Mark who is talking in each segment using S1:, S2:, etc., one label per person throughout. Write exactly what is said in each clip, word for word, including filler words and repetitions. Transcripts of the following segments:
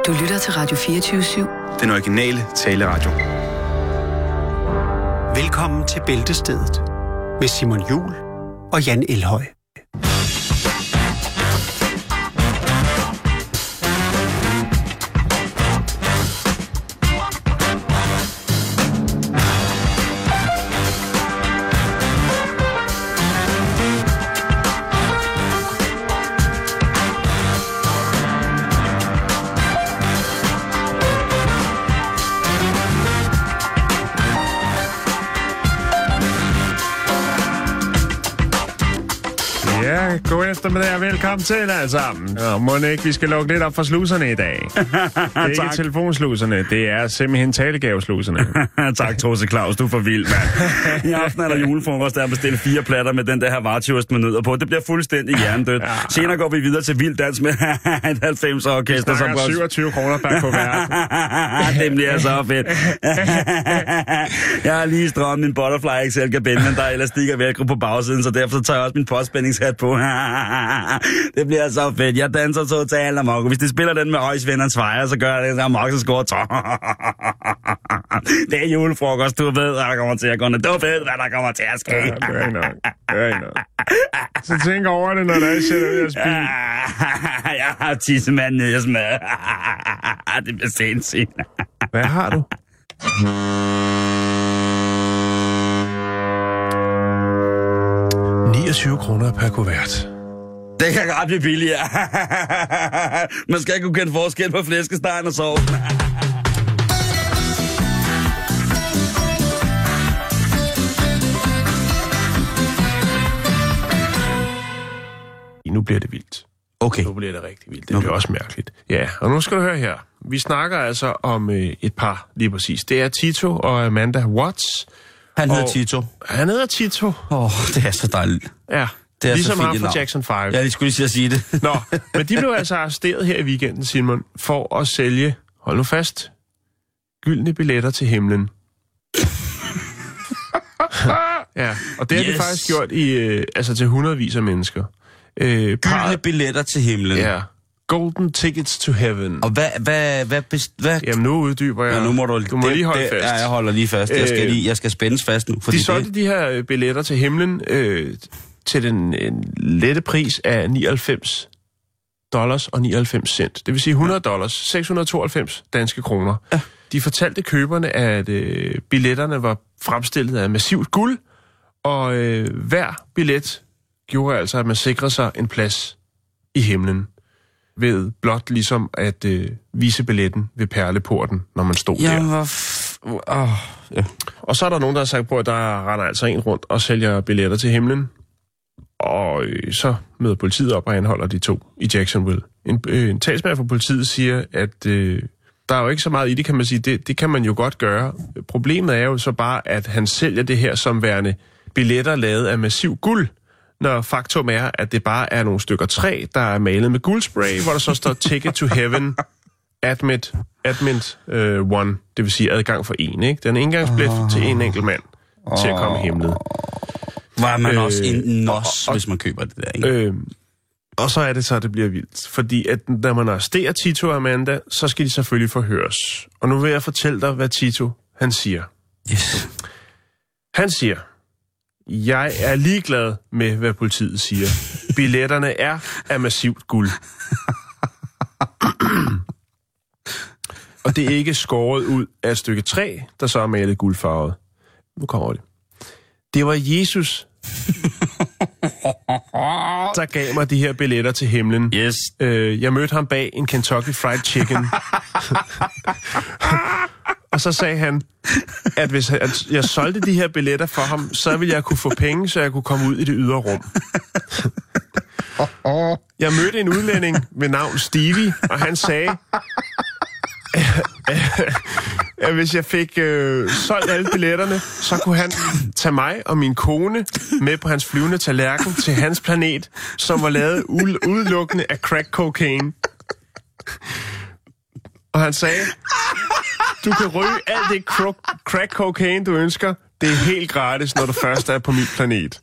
S1: Du lytter til Radio fireogtyve syv.
S2: Den originale taleradio.
S3: Velkommen til Bæltestedet med Simon Juhl og Jan Elhøj.
S4: Ja, god eftermiddag og velkommen til alle sammen. Og må ikke, vi skal lukke lidt op for sluserne i dag. Det er ikke telefonsluserne, det er simpelthen talegavesluserne.
S5: Tak, Trosse Claus, du er for vild, mand. I aften er der julefrokost, der er bestilt fire platter med den der her vartiost med nødder på. Det bliver fuldstændig hjernedødt. Ja. Senere går vi videre til vild dans med et halvfemser-orkester.
S4: Vi snakker syvogtyve kroner per kuvert.
S5: Det bliver så fedt. Jeg har lige strømmet min Butterfly X L-kabel, men der er elastik og velcro på bagsiden, så derfor tager jeg også min postspændingshat på. Det bliver så fedt. Jeg danser totalt amok. Hvis de spiller den med Øjsvennerens Fejre, så gør jeg det, så amok, så score. Det er julefrokost, du ved, hvad der kommer til at gå ned. Du ved, hvad der kommer til at ske.
S4: Ja, det er ikke nok. Det er ikke nok. Så tænk over det, når der er sætter ud af spil.
S5: Jeg har tissemanden nede og smad. Det bliver sindssygt.
S4: Hvad har du? niogtyve kroner per kuvert.
S5: Det kan ret blive billigere. Man skal ikke kunne kende forskel på flæskestegen og sovs.
S4: Nu bliver det vildt.
S5: Okay.
S4: Nu bliver det rigtig vildt. Det bliver også mærkeligt. Ja, og nu skal du høre her. Vi snakker altså om øh, et par, lige præcis. Det er Tito og Amanda Watts.
S5: Han hedder Tito.
S4: Han hedder Tito.
S5: Åh, oh, det er så dejligt.
S4: Ja,
S5: det er
S4: ligesom
S5: så
S4: ham
S5: fint
S4: fra Jackson fem.
S5: Ja, jeg skulle lige sige det.
S4: Nå, men de blev altså arresteret her i weekenden, Simon, for at sælge, hold nu fast, gyldne billetter til himlen. Ja, og det har yes. de faktisk gjort i, øh, altså til hundredvis af mennesker.
S5: Øh, gyldne billetter til himlen.
S4: Ja. Golden tickets to heaven.
S5: Og hvad, hvad, hvad, best, hvad?
S4: Jamen nu uddyber jeg.
S5: Ja, nu må du,
S4: du må det, lige holde
S5: det,
S4: fast.
S5: Ja, jeg holder lige fast. Jeg skal, lige, jeg skal spændes fast nu.
S4: De solgte det... de her billetter til himlen øh, til den en lette pris af nioghalvfems dollars og nioghalvfems cent. Det vil sige hundrede dollars, seks hundrede og tooghalvfems danske kroner. Ja. De fortalte køberne, at øh, billetterne var fremstillet af massivt guld, og øh, hver billet gjorde altså, at man sikrede sig en plads i himlen ved blot ligesom at øh, vise billetten ved perleporten, når man stod
S5: ja,
S4: der.
S5: Hvor f- oh, ja.
S4: Og så er der nogen, der har sagt på, at der render altså en rundt og sælger billetter til himlen. Og øh, så møder politiet op og anholder de to i Jacksonville. En, øh, en talsmand for politiet siger, at øh, der er jo ikke så meget i det, kan man sige. Det, det kan man jo godt gøre. Problemet er jo så bare, at han sælger det her som værende billetter lavet af massiv guld, når faktum er, at det bare er nogle stykker træ, der er malet med guldspray, hvor der så står Ticket to Heaven, Admit, admit uh, One, det vil sige adgang for en, ikke? Den er indgangsbillet oh. til en enkelt mand oh. til at komme i himlet.
S5: Var man øh, også en nos, og, hvis man køber det der, ikke? Øh,
S4: og så er det så, at det bliver vildt. Fordi at når man arresterer Tito og Amanda, så skal de selvfølgelig forhøres. Og nu vil jeg fortælle dig, hvad Tito, han siger.
S5: Yes.
S4: Han siger... Jeg er ligeglad med, hvad politiet siger. Billetterne er af massivt guld. Og det er ikke skåret ud af et stykke træ, der så er malet guldfarvet. Nu kommer det. Det var Jesus, der gav mig de her billetter til himlen.
S5: Yes.
S4: Øh, jeg mødte ham bag en Kentucky Fried Chicken. Og så sagde han, at hvis jeg solgte de her billetter for ham, så ville jeg kunne få penge, så jeg kunne komme ud i det ydre rum. Jeg mødte en udlænding ved navn Stevie, og han sagde, at hvis jeg fik øh, solgt alle billetterne, så kunne han tage mig og min kone med på hans flyvende tallerken til hans planet, som var lavet udelukkende af crack cocaine. Og han sagde, du kan ryge alt det crack cocaine, du ønsker. Det er helt gratis, når du først er på min planet.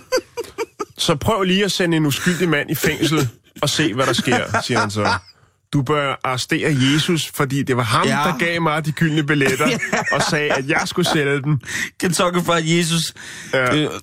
S4: Så prøv lige at sende en uskyldig mand i fængsel og se, hvad der sker, siger han så. du bør arrestere Jesus, fordi det var ham, ja. der gav mig de gyldne billetter, ja. og sagde, at jeg skulle sælge dem.
S5: Kentucky Fried Jesus. Ja. Øh,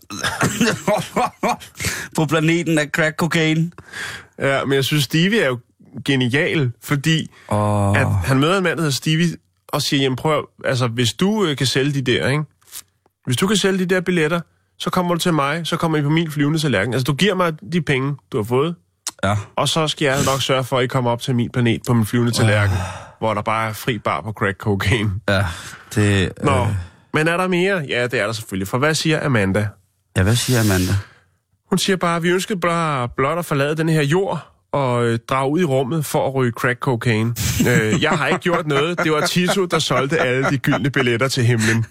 S5: på planeten af crack cocaine.
S4: Ja, men jeg synes, Stevie er jo genial, fordi
S5: oh.
S4: at han møder en mand, der hedder Stevie, og siger, jamen prøv, altså hvis du øh, kan sælge de der, ikke? Hvis du kan sælge de der billetter, så kommer du til mig, så kommer I på min flyvende tallerken. Altså du giver mig de penge, du har fået,
S5: ja.
S4: og så skal jeg nok sørge for, at I kommer op til min planet på min flyvende tallerken, oh. hvor der bare er fri bar på crack cocaine.
S5: Ja, det... Øh...
S4: Nå, men er der mere? Ja, det er der selvfølgelig. For hvad siger Amanda?
S5: Ja, hvad siger Amanda?
S4: Hun siger bare, at vi ønskede bare blot at forlade den her jord, og øh, drage ud i rummet for at ryge crack cocaine. øh, jeg har ikke gjort noget. Det var Tito, der solgte alle de gyldne billetter til himlen.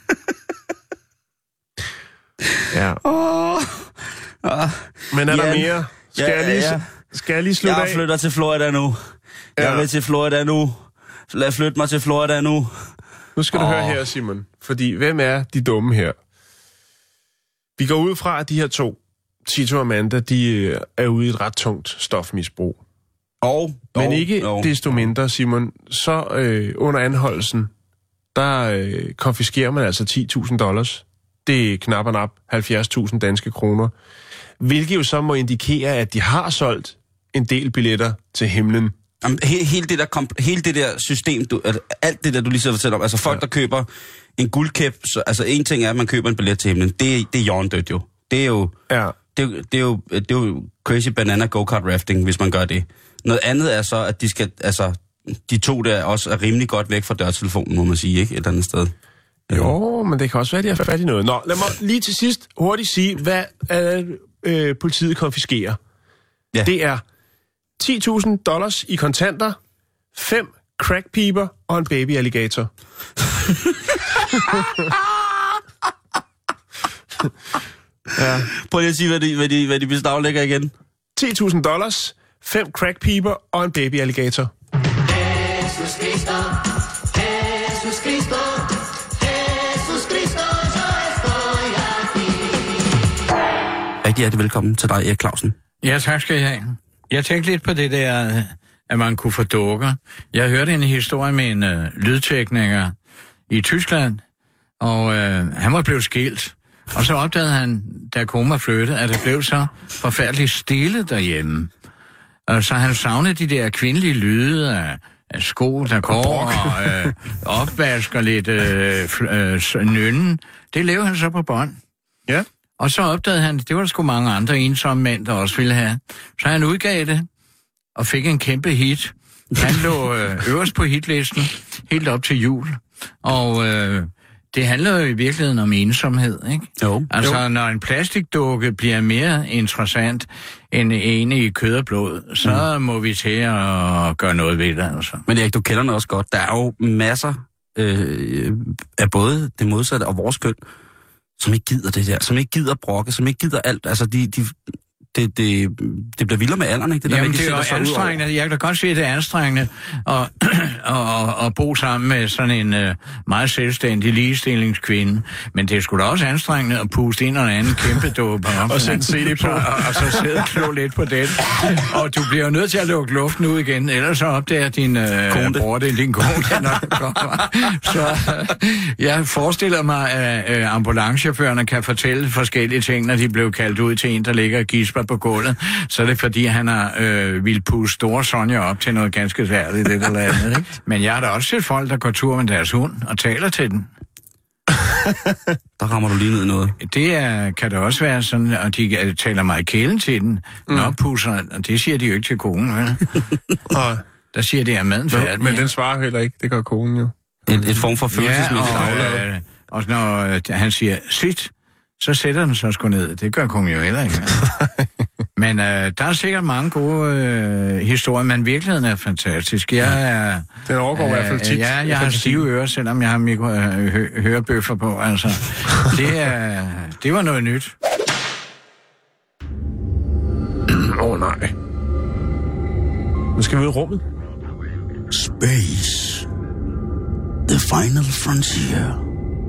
S4: Ja.
S5: Oh. Oh.
S4: Men er
S5: Jan.
S4: der mere? Skal,
S5: ja,
S4: jeg lige,
S5: ja.
S4: skal jeg lige slutte
S5: jeg
S4: af?
S5: Jeg flytter til Florida nu. Ja. Jeg vil til Florida nu. Lad flytte mig til Florida nu.
S4: Nu skal du oh. høre her, Simon. Fordi hvem er de dumme her? Vi går ud fra, at de her to, Tito og Amanda, de er ude i et ret tungt stofmisbrug.
S5: Og,
S4: Men
S5: og,
S4: ikke
S5: og.
S4: desto mindre, Simon, så øh, under anholdelsen, der øh, konfiskerer man altså ti tusind dollars. Det er knap og nap halvfjerds tusind danske kroner. Hvilket jo så må indikere, at de har solgt en del billetter til himlen.
S5: Jamen, he, hele, det der, hele det der system, du, alt det der, du lige så fortæller om, altså folk, ja. der køber en guldkæp, så, altså en ting er, at man køber en billet til himlen, det, det er hjørndødt jo. Det er jo,
S4: ja.
S5: det, det, er jo, det er jo crazy banana go-kart rafting, hvis man gør det. Noget andet er så, at de skal, altså, de to der også er rimelig godt væk fra dørtelefonen, må man sige, ikke? Et eller andet sted.
S4: Jo, men det kan også være, at de har fat i noget. Nå, lad mig lige til sidst hurtigt sige, hvad øh, øh, politiet konfiskerer. Ja. Det er ti tusind dollars i kontanter, fem crackpiber og en babyalligator.
S5: ja. Prøv lige at sige, hvad de, hvad de, hvad de beslaglægger igen.
S4: ti tusind dollars, fem crackpiber og en babyalligator.
S6: Jesus Cristo, Jesus Cristo, Jesus Cristo, yo estoy aquí.
S5: Rigtig hjertelig velkommen til dig, Erik Clausen.
S7: Ja, tak skal jeg have. Jeg tænkte lidt på det der, at man kunne få dukker. Jeg hørte en historie med en uh, lydtekniker i Tyskland, og uh, han var blevet skilt. Og så opdagede han, da koma flyttede, at det blev så forfærdeligt stille derhjemme. Og så han savnede de der kvindelige lyde af, af sko, der går, og øh, opvask og lidt øh, øh, nønnen. Det lavede han så på bånd.
S4: Ja.
S7: Og så opdagede han, det var der sgu mange andre ensomme mænd, der også ville have. Så han udgav det, og fik en kæmpe hit. Han lå øh, øverst på hitlisten, helt op til jul. Og øh, det handler jo i virkeligheden om ensomhed, ikke?
S5: Jo.
S7: Altså,
S5: jo.
S7: når en plastikdukke bliver mere interessant end en i kød og blod, så mm. må vi til at gøre noget ved det, altså.
S5: Men Erik, du kender det også godt. Der er jo masser øh, af både det modsatte og vores køn, som ikke gider det der, som ikke gider brokke, som ikke gider alt. Altså, de, de, det, det, det bliver vildere med alderen, ikke? Det der
S7: Jamen,
S5: med, de
S7: det er jo anstrengende. Jeg kan da godt se, at det er anstrengende at, at, at, at bo sammen med sådan en uh, meget selvstændig ligestillingskvinde. Men det er sgu da også anstrengende at puste ind og en anden kæmpe dåbe op.
S4: Og sætte C D på.
S7: Og, og så sidde og klå lidt på den. Og du bliver nødt til at lukke luften ud igen, ellers så opdager din uh, bror, det er din kone, der kommer. Så uh, jeg forestiller mig, at uh, ambulancechaufførerne kan fortælle forskellige ting, når de blev kaldt ud til en, der ligger og gisper på gulvet, så er det fordi, han har øh, ville puste store Sonja op til noget ganske særligt, det eller andet, ikke? Men jeg har da også set folk, der går tur med deres hund og taler til den.
S5: Der rammer du lige ned i noget.
S7: Det er, kan da også være sådan, og de uh, taler meget kælen til den, mm. Nå, pusser, og det siger de jo ikke til konen, vel? Og der siger de, at maden færdig.
S4: Men, men den svarer heller ikke, det gør konen jo.
S5: Et, et form for følelsesmæssigt
S7: ja, og, øh, og når øh, han siger, sit, så sætter den så sgu ned. Det gør konen jo heller ikke. Men øh, der er sikkert mange gode øh, historier, men virkeligheden er fantastisk. Jeg er...
S4: Den overgår øh, i hvert fald tit.
S7: Ja, jeg har stive ører, selvom jeg har mikro, øh, hø, hørebøffer på. Altså, det, er, det var noget nyt.
S4: Åh oh, nej. Nu skal vi ud i rummet.
S5: Space. The final frontier.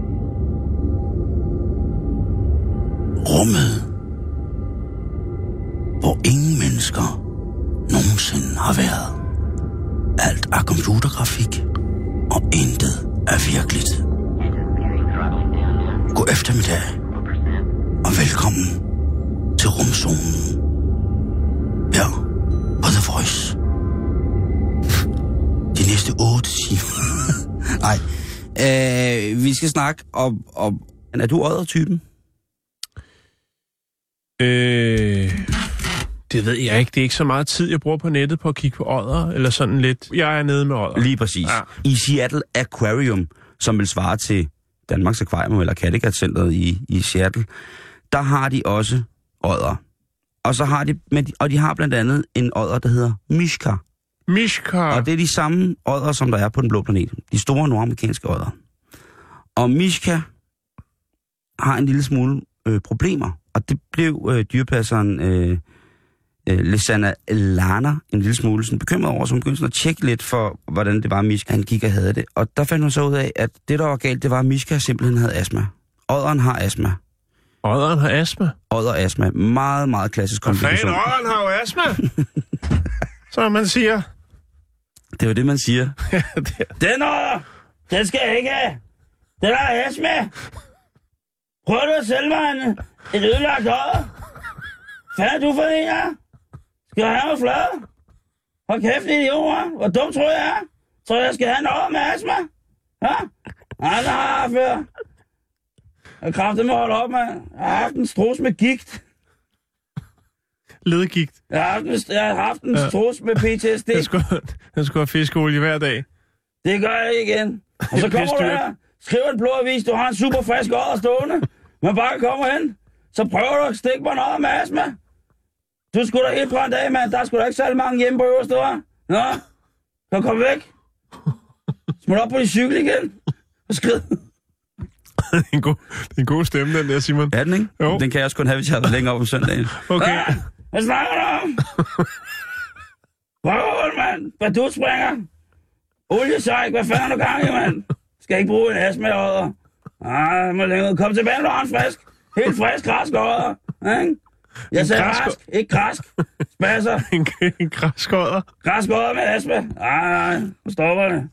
S5: Rummet, hvor ingen mennesker nogensinde har været. computergrafik, og intet er virkeligt. God eftermiddag, og velkommen til rumzonen. Ja, på The Voice. De næste otte timer. Nej, øh, vi skal snakke om, om... Er du odder-typen?
S4: Øh, det ved jeg ikke. Det er ikke så meget tid, jeg bruger på nettet på at kigge på odder, eller sådan lidt. Jeg er nede med odder.
S5: Lige præcis. Ja. I Seattle Aquarium, som vil svare til Danmarks Aquarium eller Kattegat-centret i, i Seattle, der har de også odder. Og så har de, og de har blandt andet en odder, der hedder Mishka.
S4: Mishka.
S5: Og det er de samme odder, som der er på den blå planet. De store nordamerikanske odder. Og Mishka har en lille smule øh, problemer. Og det blev øh, dyrepasseren øh, øh, Lisanna Lana en lille smule sådan bekymret over, så hun begyndte sådan at tjekke lidt for, hvordan det var, Mishka han gik og havde det. Og der fandt hun så ud af, at det, der var galt, det var, at Mishka simpelthen havde astma. Odderen har astma.
S4: Odderen har astma?
S5: Odder astma. Meget, meget klassisk komplikation.
S4: Hvad fanden, odderen har jo astma? Som man siger.
S5: Det er jo det, man siger.
S4: det er...
S5: Den odder, den skal jeg ikke have. Den har astma. Prøv du at sælge mig en, et ødelagt odder? Hvad er du for en, ja? Skal jeg have mig flad? Hold kæft, idioter. Hvor dum tror jeg er? Tror jeg, jeg skal have en odder med astma? Ja? Nej, det har jeg før. Jeg har kraftet mig holde op, mand. Jeg har haft en strus med gigt.
S4: Ledgigt.
S5: Jeg har haft en, jeg har haft en ja. strus med P T S D.
S4: Jeg skulle, jeg skulle have fiskeolie hver dag.
S5: Det gør jeg igen. Og så kommer du her, skriver en blå avis, du har en super frisk odder stående. Men bare kommer hen, så prøver du at stikke mig noget med astma. Du skulle da helt brændt af, mand. Der skulle da ikke særlig mange hjemme på øverste, hva'? Nå, så kom væk. Smut op på din cykel igen. Og skrid.
S4: Det er en god, det er en god stemme, den der, Simon.
S5: Er den, ikke?
S4: Jo.
S5: Den kan jeg også kun have, hvis jeg har været længere op om søndagen.
S4: Okay.
S5: Ah, hvad snakker du om? Hvor mand? Hvad du springer? Oliesejk, hvad fanden er du gang i, mand? Skal jeg ikke bruge en astma-odder? Ah, jeg må længere. Kom tilbage, når du har en frisk. Helt frisk, græsk odder. Ikke? Jeg sagde græsk, ikke græsk. Spasser.
S4: En, en græsk odder.
S5: Græsk odder med astma. Nej, nej, nu stopper det.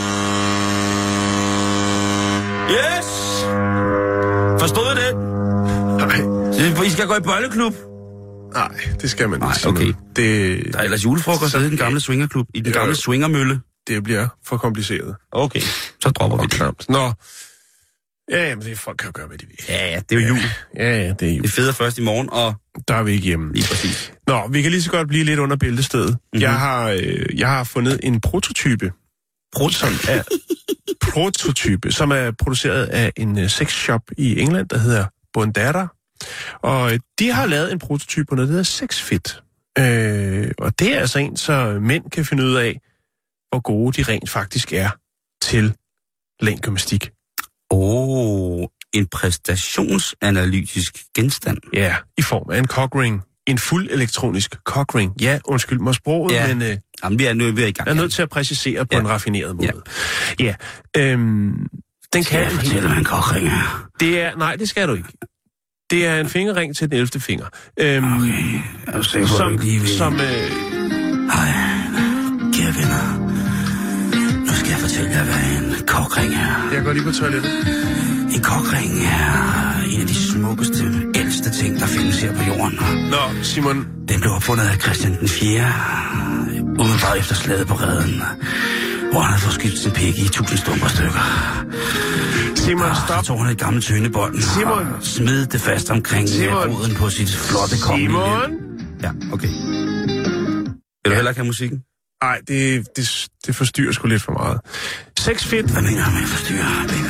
S5: Yes! Forstod I det? Nej. I skal gå i bolleklub?
S4: Nej, det skal man ikke.
S5: Nej, okay.
S4: Det...
S5: Der er ellers julefrokost i den gamle swingerklub, i den gamle swingermølle.
S4: Det bliver for kompliceret.
S5: Okay, så dropper vi det.
S4: Nå. Ja, jamen, det folk kan jo gøre, hvad de vil.
S5: Ja, ja, det er jo jul.
S4: Ja, ja, det er jul.
S5: Det er fedt først i morgen, og...
S4: Der er vi ikke hjemme.
S5: Lige præcis.
S4: Nå, vi kan lige så godt blive lidt under bæltestedet. Mm-hmm. Jeg, har, øh, jeg har fundet en prototype. Pro- som er prototype, som er produceret af en uh, sexshop i England, der hedder Bondara. Og øh, de har lavet en prototype på noget, der hedder Sexfit. Øh, og det er altså en, så mænd kan finde ud af, hvor gode de rent faktisk er til længdgymnastik.
S5: Åh, oh, en præstationsanalytisk genstand.
S4: Ja, i form af en cockring. En fuld elektronisk cockring. Ja, undskyld mig sproget,
S5: ja.
S4: men øh,
S5: Jamen, vi er, nu, vi er i gang.
S4: jeg er nødt til at præcisere på
S5: ja.
S4: en raffineret måde.
S5: Ja,
S4: ja øhm, den
S5: skal
S4: kan...
S5: jeg fortælle, hvad en cockring er?
S4: Det er... Nej, det skal du ikke. Det er en fingerring til den ellevte finger. Øhm,
S5: okay, jeg er sikker på,
S4: som,
S5: at lige vil...
S4: Som... Øh...
S5: Hej, kære venner. Nu skal jeg fortælle jer, hvad en cockring er.
S4: Jeg går lige på toilettet.
S5: En cockring er en af de smukkeste, ældste ting, der findes her på jorden.
S4: Nå, Simon...
S5: Den blev opfundet af Christian den fjerde, umiddelbart efter slaget på Reden, hvor han havde fået skidt sin pik i tusind stumper stykker.
S4: Simon, stop.
S5: Så tog han et gammelt tøndebånd
S4: Simon.
S5: og smed det fast omkring
S4: Simon.
S5: roden på sit flotte kongelige.
S4: Simon?
S5: Ja, okay. Vil du heller ikke have musikken?
S4: Nej, det, det, det forstyrrer sgu lidt for meget. Sexfit...
S5: Hvad mener du med at forstyrre, baby?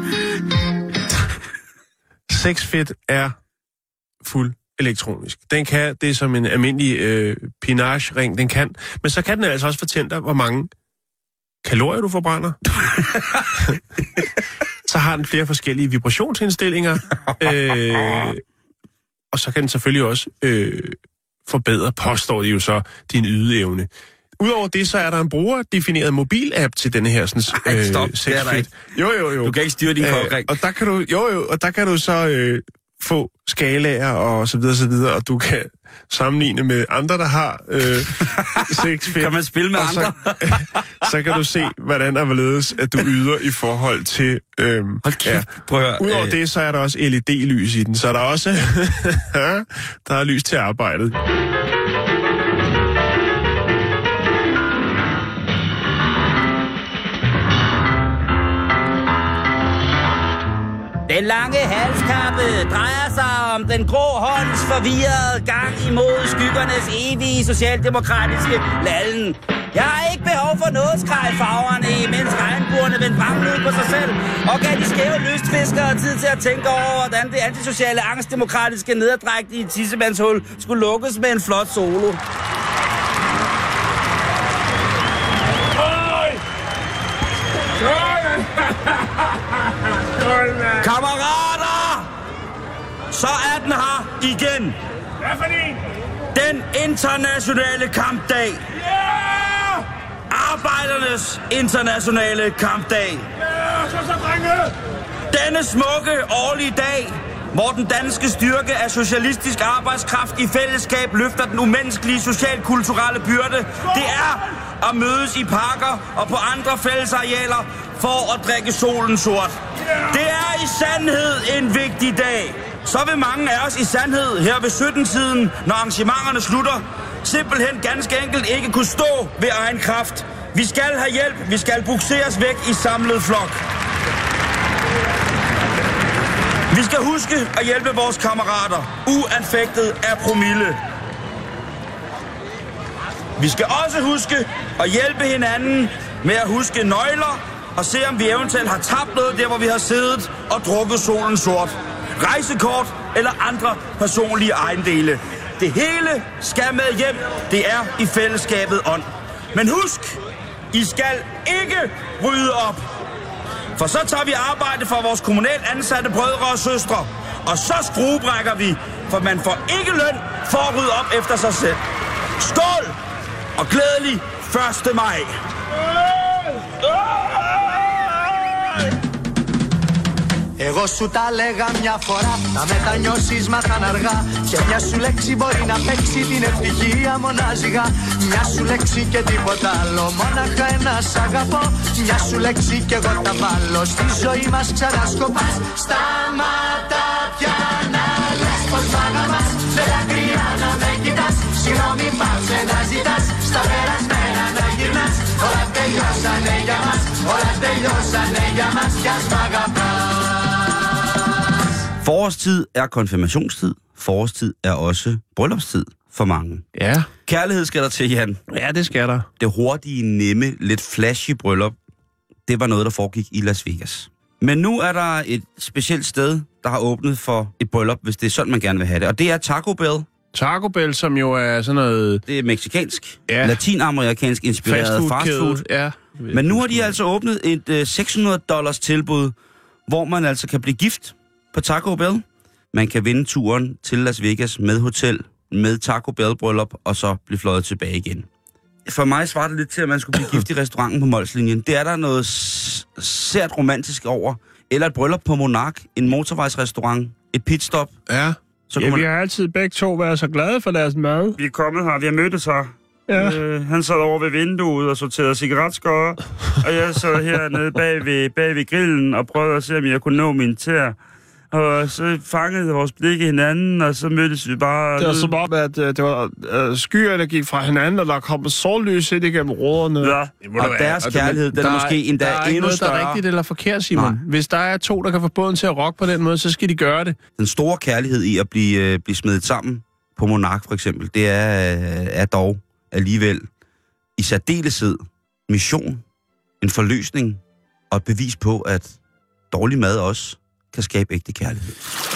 S4: Sexfit er fuld elektronisk. Den kan, det er som en almindelig øh, pinage-ring, den kan. Men så kan den altså også fortælle dig, hvor mange kalorier du forbrænder. Så har den flere forskellige vibrationsindstillinger. øh, og så kan den selvfølgelig også øh, forbedre, påstår de jo så, din ydeevne. Udover det, så er der en brugerdefineret mobilapp til denne her sådan,
S5: øh, stop,
S4: Sexfit. Jo, jo, jo.
S5: Du kan ikke styre din cockring.
S4: Øh, og der kan du, jo, jo, og der kan du så øh, få skalaer og så videre, så videre, og du kan sammenligne med andre, der har øh, seks fedt.
S5: Kan man spille med
S4: så,
S5: andre?
S4: så kan du se, hvordan er hvorledes, at du yder i forhold til... Øh,
S5: ja. Prøv at høre.
S4: Udover
S5: øh...
S4: det, så er der også L E D-lys i den, så der er også der er lys til arbejdet.
S5: Den lange halskappe drejer sig om den grå hånds forvirrede gang imod skyggernes evige socialdemokratiske lallen. Jeg har ikke behov for noget skreg farverne, mens regnbuerne vendte bramlen ud på sig selv, og gav de skæve lystfiskere tid til at tænke over, hvordan det antisociale angstdemokratiske nederdrægtige tissemandshul skulle lukkes med en flot solo. Kammerater! Så er den her igen.
S4: Hvad for en?
S5: Den internationale kampdag.
S4: Ja!
S5: Arbejdernes internationale kampdag.
S4: Ja, så så drenge!
S5: Denne smukke årlige dag, hvor den danske styrke af socialistisk arbejdskraft i fællesskab løfter den umenneskelige socialkulturelle byrde, det er at mødes i parker og på andre fællesarealer for at drikke solen sort. Det er i sandhed en vigtig dag. Så vil mange af os i sandhed her ved sytten-tiden, når arrangementerne slutter, simpelthen ganske enkelt ikke kunne stå ved egen kraft. Vi skal have hjælp, vi skal bukseres væk i samlet flok. Vi skal huske at hjælpe vores kammerater, uanfægtet af promille. Vi skal også huske at hjælpe hinanden med at huske nøgler og se, om vi eventuelt har tabt noget der, hvor vi har siddet og drukket solen sort. Rejsekort eller andre personlige ejendele. Det hele skal med hjem. Det er i fællesskabet ånd. Men husk, I skal ikke rydde op. For så tager vi arbejde for vores kommunalt ansatte brødre og søstre. Og så skruebrækker vi, for man får ikke løn for at rydde op efter sig selv. Skål! Og glædelig første maj.
S8: Εγώ σου τα λέγα μια φορά, να μετανιώσεις μάθαν αργά. Και μια σου λέξη μπορεί να παίξει την ευτυχία μονάζιγα. Μια σου λέξη και τίποτα άλλο, μόναχα ένα σ' αγαπώ. Μια σου λέξη κι εγώ τα βάλω, στη ζωή μας ξανασκοπάς. Σταμάτα πια να λες πως μ' αγαπάς, με δάκρυα να με κοιτάς. Συγγνώμη πάψε να ζητάς, στα περασμένα να γυρνάς. Όλα τελειώσανε για μας, όλα τελειώσανε για μας κι ας μ' αγαπάς.
S5: Forårstid er konfirmationstid. Forårstid er også bryllupstid for mange.
S4: Ja.
S5: Kærlighed skal der til, Jan.
S4: Ja, det skal der.
S5: Det hurtige, nemme, lidt flashy bryllup, det var noget, der foregik i Las Vegas. Men nu er der et specielt sted, der har åbnet for et bryllup, hvis det er sådan, man gerne vil have det. Og det er Taco Bell.
S4: Taco Bell, som jo er sådan noget...
S5: Det er mexikansk,
S4: ja.
S5: latinamerikansk inspireret fastfood. Fast
S4: ja.
S5: Men nu har de altså åbnet et uh, seks hundrede dollars tilbud, hvor man altså kan blive gift på Taco Bell. Man kan vinde turen til Las Vegas med hotel, med Taco Bell bryllup, og så blive fløjet tilbage igen. For mig svarer det lidt til, at man skulle blive gift i restauranten på Molslinjen. Det er der noget sært romantisk over. Eller et bryllup på Monark, en motorvejsrestaurant, et pitstop.
S4: Ja.
S5: Så
S4: ja,
S5: man...
S4: vi har altid begge to været så glade for deres mad.
S9: Vi er kommet her, vi har mødtes her.
S4: Ja.
S9: Øh, han sad over ved vinduet og sorterede cigaretskårer, og jeg sad hernede bag ved, bag ved grillen og prøvede at se, om jeg kunne nå min tæer. Og så fangede vores blikke hinanden, og så mødtes vi bare...
S4: Det var som om, at uh, det var uh, skyer, der gik fra hinanden, og der kom sollys ind igennem råderne.
S9: Ja.
S5: Og deres og kærlighed, den er måske endda
S4: der er
S5: endnu
S4: noget,
S5: større.
S4: Der er rigtigt eller forkert, Simon. Nej. Hvis der er to, der kan få båden til at rocke på den måde, så skal de gøre det.
S5: Den store kærlighed i at blive, uh, blive smedet sammen på Monark, for eksempel, det er, uh, er dog alligevel i særdeleshed mission, en forløsning og et bevis på, at dårlig mad også kan skabe ægte kærlighed.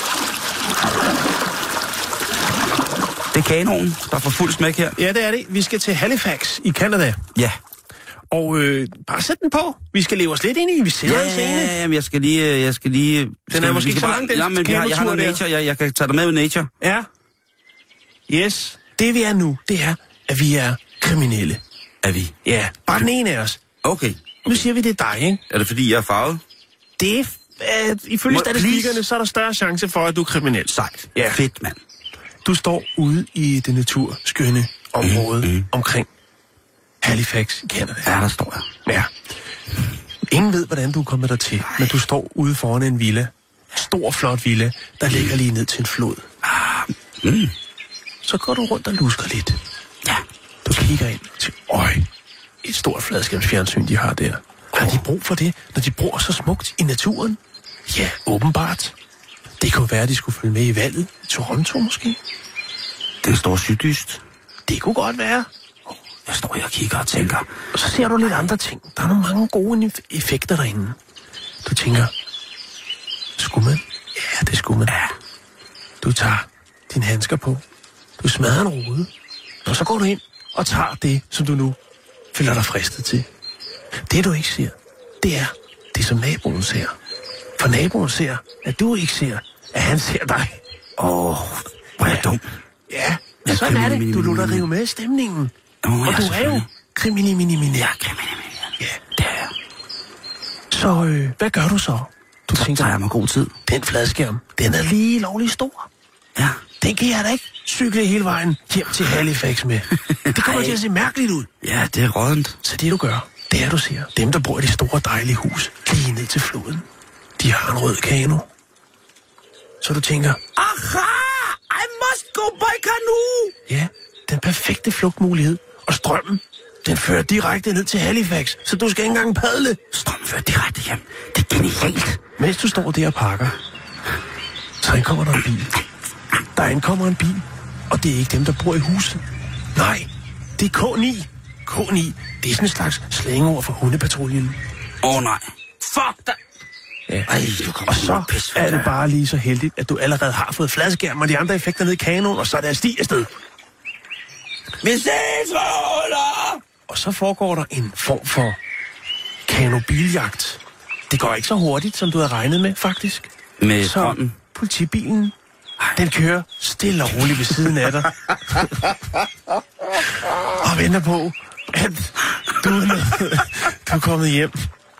S5: Det er kanonen, der får fuld smæk her.
S4: Ja, det er det. Vi skal til Halifax i Canada.
S5: Ja.
S4: Og øh, bare sæt den på. Vi skal leve os lidt ind i. Vi sætter
S5: ja,
S4: os ind i.
S5: Ja, men jeg skal lige... Jeg skal lige
S4: den
S5: skal,
S4: er måske ikke så
S5: bare,
S4: lang, den
S5: ja, men jeg, jeg har noget nature. Jeg, jeg kan tage dig med ud nature.
S4: Ja. Yes. Det vi er nu, det er, at vi er kriminelle.
S5: Er vi?
S4: Ja, bare den ene af os.
S5: Okay.
S4: Nu siger vi, det er dig, ikke?
S5: Er det fordi, jeg er farvet?
S4: Det er at ifølge
S5: Må-
S4: statistikkerne,
S5: please?
S4: så er der større chance for, at du er kriminel.
S5: Sejt.
S4: Ja.
S5: Fedt, mand.
S4: Du står ude i det naturskønne område
S5: Mm, mm.
S4: omkring Halifax i Canada.
S5: Ja, der står jeg.
S4: Ja. Ingen ved, hvordan du er kommet dertil, men du står ude foran en villa. Stor, flot villa, der ligger lige ned til en flod.
S5: Mm.
S4: Så går du rundt og lusker lidt.
S5: Ja.
S4: Du kigger ind til, øj, et stort fladskærmsfjernsyn, de har der. Har de brug for det, når de bor så smukt i naturen? Ja, åbenbart. Det kunne være, at de skulle følge med i valget i Toronto måske.
S5: Den står syddyst.
S4: Det kunne godt være.
S5: Jeg står her og kigger og tænker.
S4: Og så ser du lidt andre ting. Der er nogle mange gode eff- effekter derinde. Du tænker, skulle man? Ja, det skulle man.
S5: Ja.
S4: Du tager dine handsker på. Du smadrer en rude. Og så går du ind og tager det, som du nu føler dig fristet til. Det, du ikke ser, det er det, som naboen ser. For naboen ser, at du ikke ser, at han ser dig.
S5: Åh, oh, hvor er jeg dum.
S4: Ja, ja sådan er det. Du lader dig rive med i stemningen.
S5: Oh,
S4: og
S5: ja,
S4: du er jo
S5: selvfølgelig.
S4: kriminiminiminær.
S5: Ja, kriminel.
S4: Ja.
S5: Det er jeg.
S4: Så øh, hvad gør du så? Du
S5: Så tager jeg mig god tid.
S4: den fladskærm, den er lige lovlig stor.
S5: Ja.
S4: Den kan jeg da ikke cykle hele vejen hjem til Halifax med. Det kommer til at se mærkeligt ud.
S5: Ja, det er rådent.
S4: Så det du gør, det er du ser. Dem, der bor i de store dejlige hus, lige ned til floden, de har en rød kano. Så du tænker,
S5: Aha! I must go by canoe!
S4: ja, den perfekte flugtmulighed. Og strømmen, den fører direkte ned til Halifax, så du skal ikke engang padle.
S5: Strøm fører direkte hjem. Det er genialt.
S4: Mens du står der og pakker, så indkommer der en bil. Der indkommer en bil, og det er ikke dem, der bor i huset. Nej, det er K ni. K ni, det er sådan en slags slængeord for hundepatruljen.
S5: Åh oh, nej. Fuck dig!
S4: Ja.
S5: Ej, du kommer
S4: Og så
S5: pis,
S4: er det bare lige så heldigt, at du allerede har fået fladskærm og de andre effekter ned i kanonen, og så er der sti afsted.
S5: Vi ses, Roller!
S4: Og så foregår der en form for kanobiljagt. Det går ikke så hurtigt, som du havde regnet med, faktisk.
S5: Med
S4: Så
S5: hånden.
S4: politibilen, den kører stille og roligt ved siden af dig. Og venter på, at du er, nået, du er kommet hjem.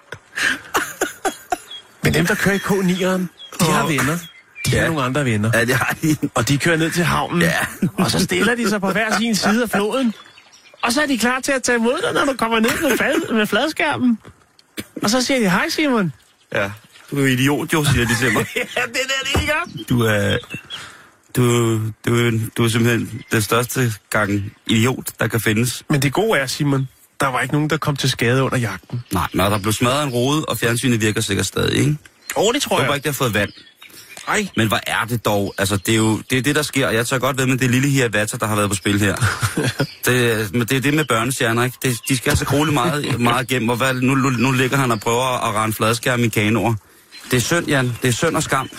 S4: Men dem, der kører i K ni'eren, de har venner. De har
S5: Ja.
S4: nogle andre venner.
S5: Ja, det har de.
S4: Og de kører ned til havnen.
S5: Ja.
S4: Og så stiller de sig på hver sin side af floden. Og så er de klar til at tage imod dig, når du kommer ned med, fad, med fladskærmen. Og så siger de, hej Simon.
S5: Ja. Du er idiot, jo, siger de til mig.
S4: Ja, det er det, de gør.
S5: Du er... Du, du, er- du er simpelthen den største gang idiot, der kan findes.
S4: Men det gode er, Simon, der var ikke nogen, der kom til skade under jagten.
S5: Nej, men der blev smadret en rode, og fjernsynet virker sikkert stadig, ikke?
S4: Åh, oh, det tror
S5: Jeg
S4: jeg.
S5: håber ikke, det har fået vand.
S4: Ej.
S5: Men hvad er det dog? Altså, det er jo det, er det der sker. Jeg tør godt ved med det lille hiavatter, der har været på spil her. det, men det er det med børnestjerner, ikke? Det, de skal altså grueligt meget, meget igennem, og hvad, nu, nu, nu ligger han og prøver at rende fladskærm i kanoer. Det er synd, Jan. Det er synd og skam.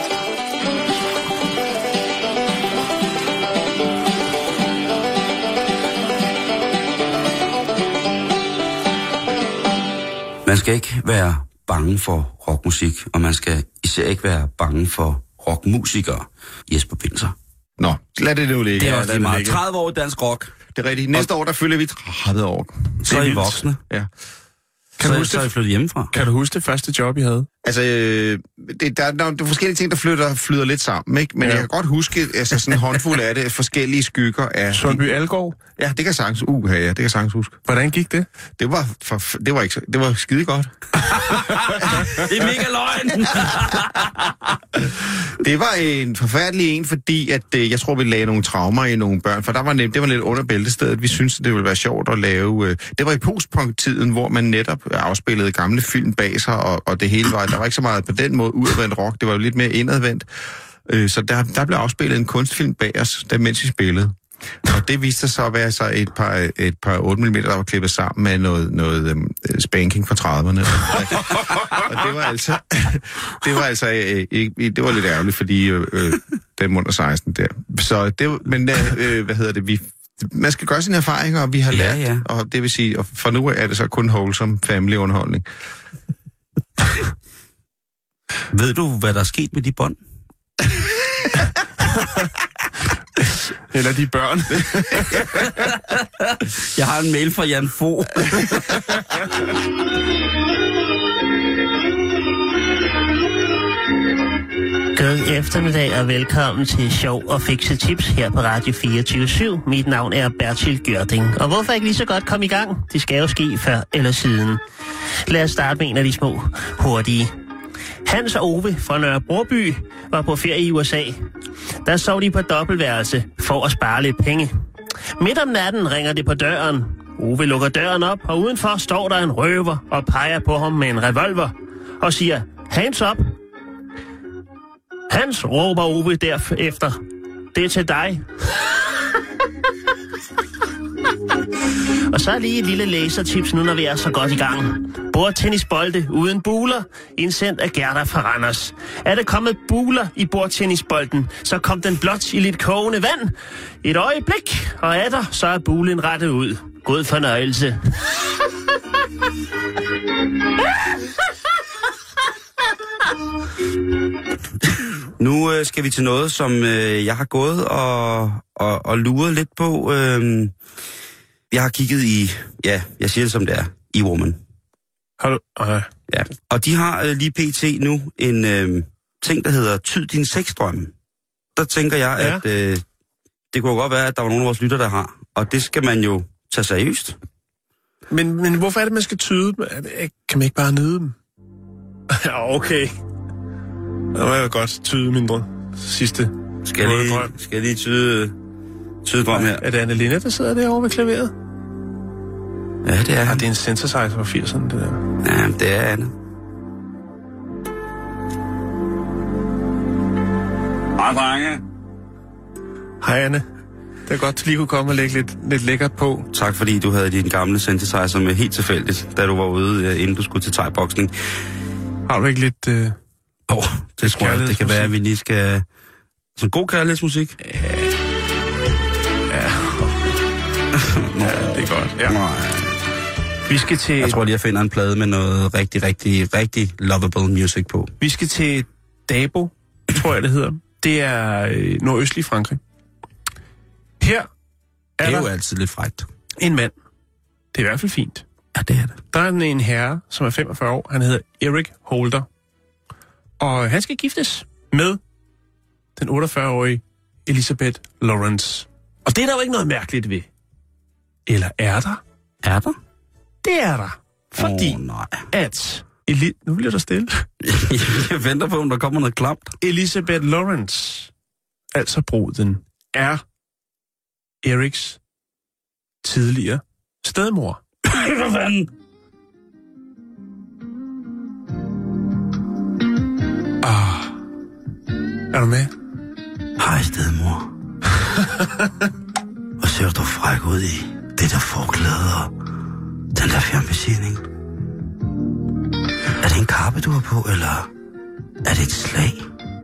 S5: Man skal ikke være bange for rockmusik, og man skal især ikke være bange for rockmusikere. Jesper Binser.
S2: Nå, lad det nu ligge.
S5: Det er
S2: Ja,
S5: også
S2: lad
S5: lige meget.
S2: ligge.
S5: tredive år i dansk rock.
S2: Det er rigtigt. Næste år, der fylder vi tredive år.
S5: Så er I voksne.
S2: Ja.
S4: Kan
S5: Så,
S4: du huske
S5: så er I
S4: det?
S5: flyttet hjemmefra.
S4: Kan du huske det første job, I havde?
S2: Altså, øh, det, der, der, der er forskellige ting, der flytter, flyder lidt sammen, ikke? Men
S4: Ja.
S2: ja. jeg kan godt huske, altså sådan en håndfuld af det, forskellige skygger af...
S4: Sundby Algård.
S2: Ja, det kan jeg sagtens. Uh, ja, det kan jeg sagtens huske.
S4: Hvordan gik det?
S2: Det var, for, det var, ikke, så- det var skide godt.
S5: Det er mega løgn!
S2: Det var en forfærdelig en, fordi at, øh, jeg tror, vi lagde nogle traumer i nogle børn, for der var nemt, det var lidt under bæltestedet. Vi syntes, det ville være sjovt at lave... Øh, det var i postpunk-tiden, hvor man netop afspillede gamle film bag sig, og, og det hele var... Der var ikke så meget på den måde udadvendt rock, det var jo lidt mere indadvendt. Øh, så der, der blev afspillet en kunstfilm bag os, der, mens vi spillede. Og det viste sig så at være så et par, et par otte millimeter, der var klippet sammen med noget, noget øhm, spanking fra trediverne. Og det var altså, det var altså øh, ikke, det var lidt ærgerligt, fordi øh, øh, dem under seksten der. Så det var, men øh, hvad hedder det, vi, man skal gøre sine erfaringer, og vi har
S5: Ja,
S2: lært,
S5: ja.
S2: og det vil sige, og for nu er det så kun wholesome family-underholdning.
S5: Ved du, hvad der er sket med de bånd?
S4: Eller de børn?
S5: Jeg har en mail fra Jan Fogh.
S10: God eftermiddag og velkommen til Sjov og Fikse Tips her på Radio fireogtyve syv. Mit navn er Bertil Gjørding. Og hvorfor ikke lige så godt komme i gang? Det skal jo ske før eller siden. Lad os starte med en af de små hurtige. Hans og Ove fra Nørre Broby var på ferie i U S A. Der sov de på dobbeltværelse for at spare lidt penge. Midt om natten ringer det på døren. Ove lukker døren op, og udenfor står der en røver og peger på ham med en revolver og siger, hands up. Hans, råber Ove derefter. Det er til dig. Og så lige et lille læsertips nu, når vi er så godt i gang. Bordtennisbolde uden buler, indsendt af Gerda fra Randers. Er det kommet buler i bordtennisbolden, så kom den blot i lidt kogende vand. Et øjeblik, og er der, så er bulen rettet ud. God fornøjelse.
S5: Nu øh, skal vi til noget, som øh, jeg har gået og, og, og luret lidt på. Øh, jeg har kigget i, ja, jeg siger det som det er, i Woman.
S4: Hallo? Okay.
S5: Ja, og de har øh, lige pt. Nu en øh, ting, der hedder Tyd din sexdrømme. Der tænker jeg, ja. at øh, det kunne godt være, at der var nogle af vores lytter, der har. Og det skal man jo tage seriøst.
S4: Men, men hvorfor er det, man skal tyde dem? Kan man ikke bare nyde dem? Ja, okay. Det var jo godt tyde mindre sidste.
S5: Skal jeg lige, skal jeg lige tyde, tyde drøm her?
S4: Er det Anne-Lene, der sidder derovre ved klaveret?
S5: Ja, det er
S4: ah, det er en synthesizer fra firserne, det der.
S5: Ja, det er Anne. Hej, drenge.
S4: Hej, Anne. Det er godt, at du lige kunne komme og lægge lidt, lidt lækkert på.
S5: Tak, fordi du havde din gamle synthesizer med helt tilfældigt, da du var ude, inden du skulle til thai-boksning.
S4: Har du ikke lidt... Øh...
S5: Åh, oh, det tror jeg, det kan være, at vi lige skal... Sådan god kærlighedsmusik?
S4: Ja. Ja. Ja, det er godt. Ja.
S5: Nej.
S4: Vi skal til...
S5: Jeg tror lige, jeg finder en plade med noget rigtig, rigtig, rigtig lovable music på.
S4: Vi skal til Dabo, tror jeg, det hedder. Det er øh, nordøstlig Frankrig. Her er
S5: det er jo
S4: der
S5: altid lidt frækt.
S4: En mand. Det er i hvert fald fint.
S5: Ja, det er det.
S4: Der er en herre, som er femogfyrre år. Han hedder Eric Holder. Og han skal giftes med den otteogfyrre-årige Elizabeth Lawrence. Og det er der jo ikke noget mærkeligt ved. Eller er der?
S5: Er der?
S4: Det er der. Fordi
S5: oh, nej.
S4: at... Eli- nu bliver der stille.
S5: Jeg venter på, om der kommer noget klamt.
S4: Elizabeth Lawrence, altså bruden, er Erics tidligere stedmor.
S5: Hvad fanden?
S4: Ah. Er du med?
S5: Hej, stedmor. Hvor ser du fræk ud i det der forklæde og den der fjernbetjening? Er det en kappe, du har på, eller er det et slag?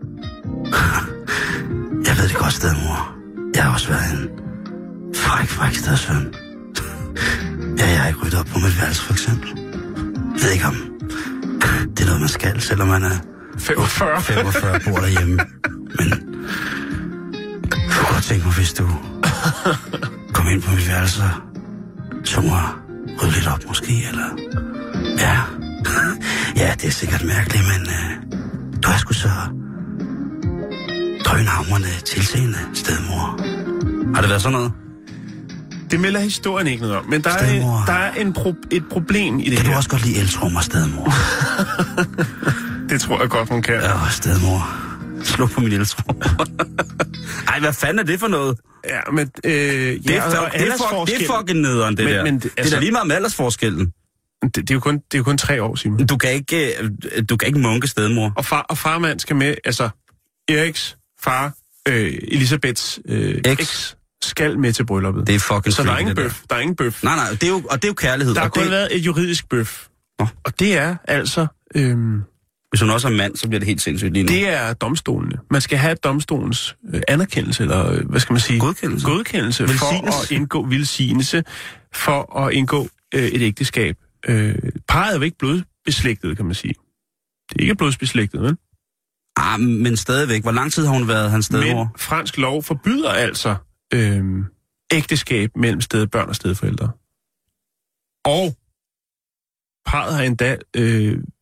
S5: Jeg ved det godt, stedmor. Jeg har også været en fræk, fræk stedsøn. Ja, jeg har ikke ryddet op på mit værelse, for eksempel. Jeg ved ikke, om det er noget, man skal, selvom man er
S4: femogfyrre.
S5: femogfyrre bor derhjemme. Men jeg kunne godt tænke mig, hvis du kom ind på mit værelse, så må jeg rydde lidt op måske, eller... Ja, ja, det er sikkert mærkeligt, men uh, du er sgu så drønhamrende tilseende, stedmor. Har det været sådan noget?
S4: Det melder historien ikke noget om, men der er, der er en pro- et problem i det
S5: kan her. Kan du også godt lide eltrummer, stedmor?
S4: Det tror jeg godt, hun kan.
S5: Ja, stedmor. Slå på min eltrummer. Ej, hvad fanden er det for noget?
S4: Ja, men... Øh,
S5: det, er,
S4: ja,
S5: for, det, er for, det er fucking nederen, det men, der. Men, altså, det er da lige meget med aldersforskellen.
S4: Det, det, er jo kun, det er jo kun tre år, Simon.
S5: Du kan ikke, du kan ikke munke, stedmor.
S4: Og, far, og farmand skal med, altså Eriks far, øh, Elisabeths øh, ex, skal med til brylluppet.
S5: Det er fucking
S4: så der er ingen
S5: der.
S4: bøf. Der er ingen bøf.
S5: Nej, nej, det er jo, og det er jo kærlighed.
S4: Der har kun
S5: det...
S4: været et juridisk bøf.
S5: Oh.
S4: Og det er altså... Øh,
S5: Hvis hun også er mand, så bliver det helt sindssygt lige nu.
S4: Det er domstolene. Man skal have domstolens øh, anerkendelse, eller øh, hvad skal man sige?
S5: Godkendelse.
S4: Godkendelse for at indgå velsignelse, for at indgå øh, et ægteskab. Øh, parret er jo ikke blodbeslægtet, kan man sige. Det er ikke blodsbeslægtet, vel?
S5: Ah, men stadigvæk. Hvor lang tid har hun været hans stedmor?
S4: Men fransk lov forbyder altså øh, ægteskab mellem stedbørn og stedforældre. Og parret har endda øh,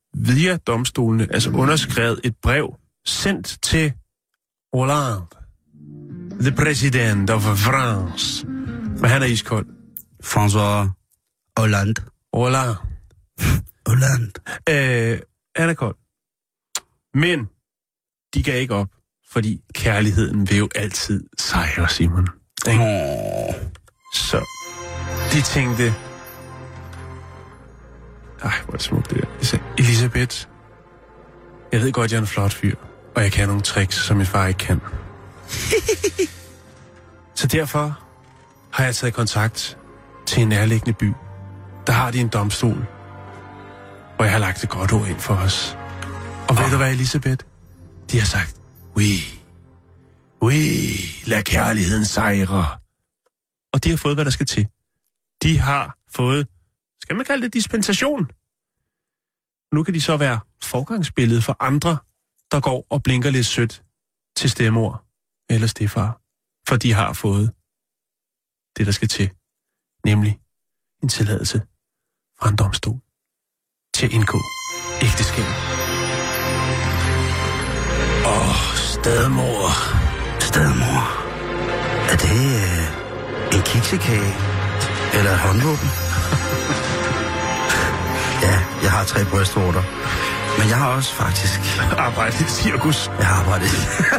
S4: via domstolene, altså underskrevet et brev, sendt til Hollande, the president of France. Men han er iskold.
S5: François Hollande.
S4: Hollande.
S5: Hollande.
S4: Øh, han er kold. Men de gav ikke op, fordi kærligheden vil jo altid sejre, Simon.
S5: Oh.
S4: Så de tænkte... Ej, hvor er det smukt det der. De sagde, Elisabeth, jeg ved godt, jeg er en flot fyr, og jeg kan nogle tricks, som min far ikke kan. Så derfor har jeg taget kontakt til en nærliggende by. Der har de en domstol, hvor jeg har lagt et godt ord ind for os. Og oh. ved du hvad, Elisabeth? De har sagt, oui, oui, lad kærligheden sejre. Og de har fået, hvad der skal til. De har fået, skal man kalde det dispensation? Nu kan de så være forgangsbillede for andre, der går og blinker lidt sødt til stemor eller stefar. For de har fået det, der skal til. Nemlig en tilladelse fra en domstol til at indgå ægteskab. Åh, oh, stedmor.
S5: Stedmor. Er det øh, en kiksekage? Eller et håndvåben? Ja, jeg har tre brystvorter. Men jeg har også faktisk...
S4: arbejdet i cirkus.
S5: Jeg har arbejdet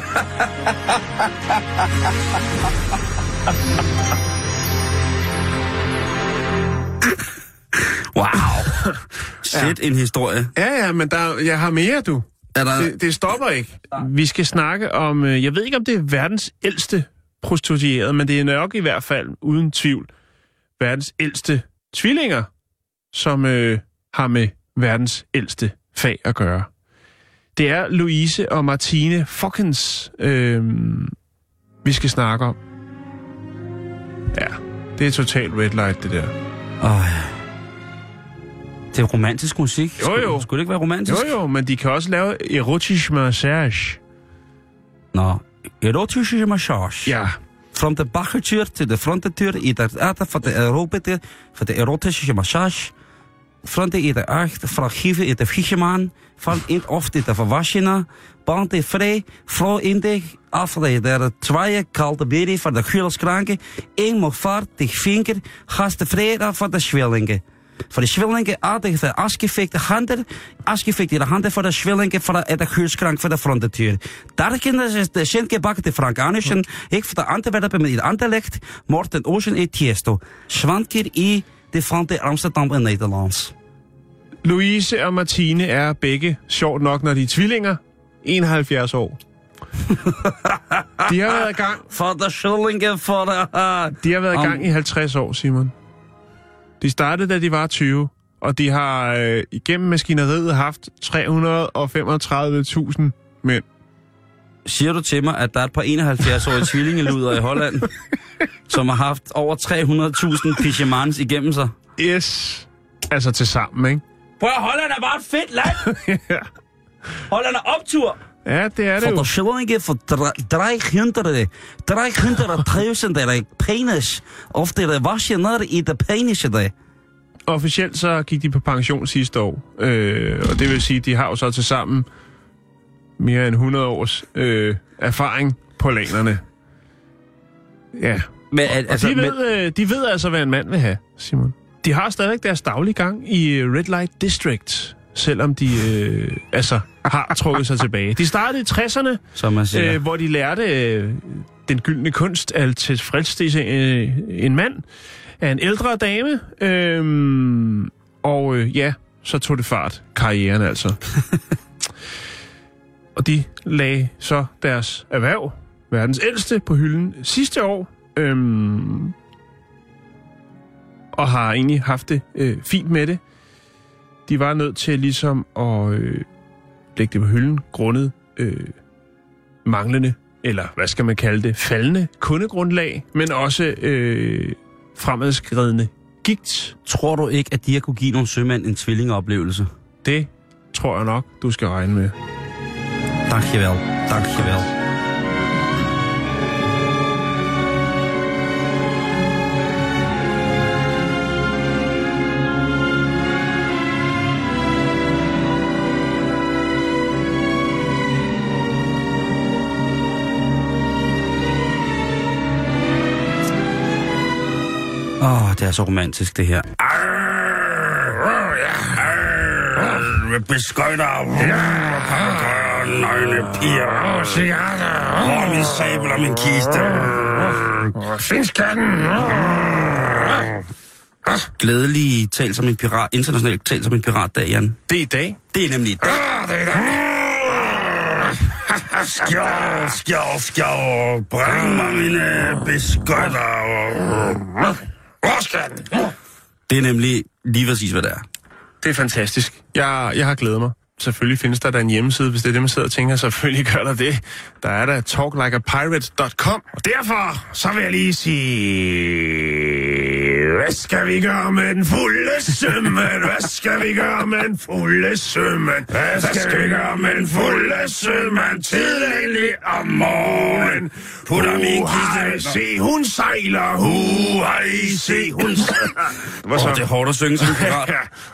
S5: Wow. Shit, ja. En historie.
S4: Ja, ja, men der, jeg har mere, du.
S5: Er der...
S4: det, det stopper ikke. Vi skal snakke om... Jeg ved ikke, om det er verdens ældste prostituerede, men det er nok i hvert fald, uden tvivl, verdens ældste tvillinger, som øh, har med verdens ældste fag at gøre. Det er Louise og Martine Fokkens, øh, vi skal snakke om. Ja, det er totalt red light, det der.
S5: Åh, oh, ja. Det er romantisk musik.
S4: Jo, jo.
S5: Skulle det ikke være romantisk?
S4: Jo, jo, men de kan også lave erotisk massage.
S5: Nå, erotisk massage.
S4: Ja.
S5: From de baggertür til de frontendeur i de arte van de Europede, van de erotische massage. Fronten i de acht, vraaggeven in de ficheman, van in of de verwaschena, band de vrij, vrouw in de afleid, de twee kalte beri van de gulskranken, één mag vaart, de vinker, gast de vrede van de schwellingen. Voor de schwellingen aardig de afgefikte handen, afgefikte de handen voor de schwellingen van de, de gulskrank van de frontendeur. Daar kunnen ze de schenke bakken de Frankanischen, ik voor de Antwerpen met de Anderlecht, Morten Ocean en Tiesto. Schwanker i det fandt det Amsterdam og Nederlands.
S4: Louise og Martine er begge, sjovt nok, når de er tvillinger, enoghalvfjerds år. De har været i gang...
S5: For der skillinge for der...
S4: De har været i gang i halvtreds år, Simon. De startede, da de var tyve, og de har øh, igennem maskineriet haft tre hundrede og femogtredive tusind mænd.
S5: Siger du til mig, at der er et par enoghalvfjerds-årige tvillingeluder i Holland, som har haft over tre hundrede tusind pigemans igennem sig?
S4: Yes. Altså til sammen, ikke?
S5: Prøv at Holland er bare et fedt land!
S4: Ja.
S5: Holland er optur!
S4: Ja, det er det
S5: for
S4: jo.
S5: For der skillinge for drehundrede, drehundrede tusinde penis, of det was je nær i det penis der.
S4: Officielt så gik de på pension sidste år, øh, og det vil sige, at de har jo så til sammen mere end hundrede års øh, erfaring på lanerne. Ja.
S5: Men, altså,
S4: og de ved,
S5: men...
S4: øh, de ved altså, hvad en mand vil have, Simon. De har stadig deres daglige gang i Red Light District, selvom de øh, altså har trukket sig tilbage. De startede i tresserne,
S5: som man siger.
S4: Øh, hvor de lærte øh, den gyldne kunst at tilfredsstille øh, en mand af en ældre dame. Øh, og øh, ja, så tog det fart. Karrieren altså. Og de lagde så deres erhverv, verdens ældste, på hylden sidste år. Øh, og har egentlig haft det øh, fint med det. De var nødt til ligesom at øh, lægge det på hylden, grundet øh, manglende, eller hvad skal man kalde det, faldende kundegrundlag, men også øh, fremadskridende gigt.
S5: Tror du ikke, at de har kunne give nogle sømænd en tvillingeoplevelse?
S4: Det tror jeg nok, du skal regne med.
S5: Dankjewel, dankjewel. er så romantisk, det her. Beskøjter, nøgne piger, cigaretter, hvor er min sabel og min kiste? Finskatten! Glædelig tal som en pirat, internationalt tal som en piratdag, Jan.
S4: Det er i dag.
S5: Det er nemlig i dag. Det er i dag. Skjold, skjold, skjold, bring mig mine beskøjter. Hvor skal den? Det er nemlig lige præcis, hvad det er.
S4: Det er fantastisk. Jeg, jeg har glædet mig. Selvfølgelig findes der da en hjemmeside, hvis det er det, man sidder og tænker. Selvfølgelig gør der det. Der er der talk like a pirate dot com. Og derfor, så vil jeg lige sige... Hvad skal vi gøre med den fulde sømmen? Hvad skal vi gøre med den fulde sømmen? Hvad skal vi gøre med den fulde sømmen? Tidlig om morgenen. Putter min kiste. Se, hun sejler. Hu, hej, se, hun sejler.
S5: Åh, det er hårdt at synge som pirat.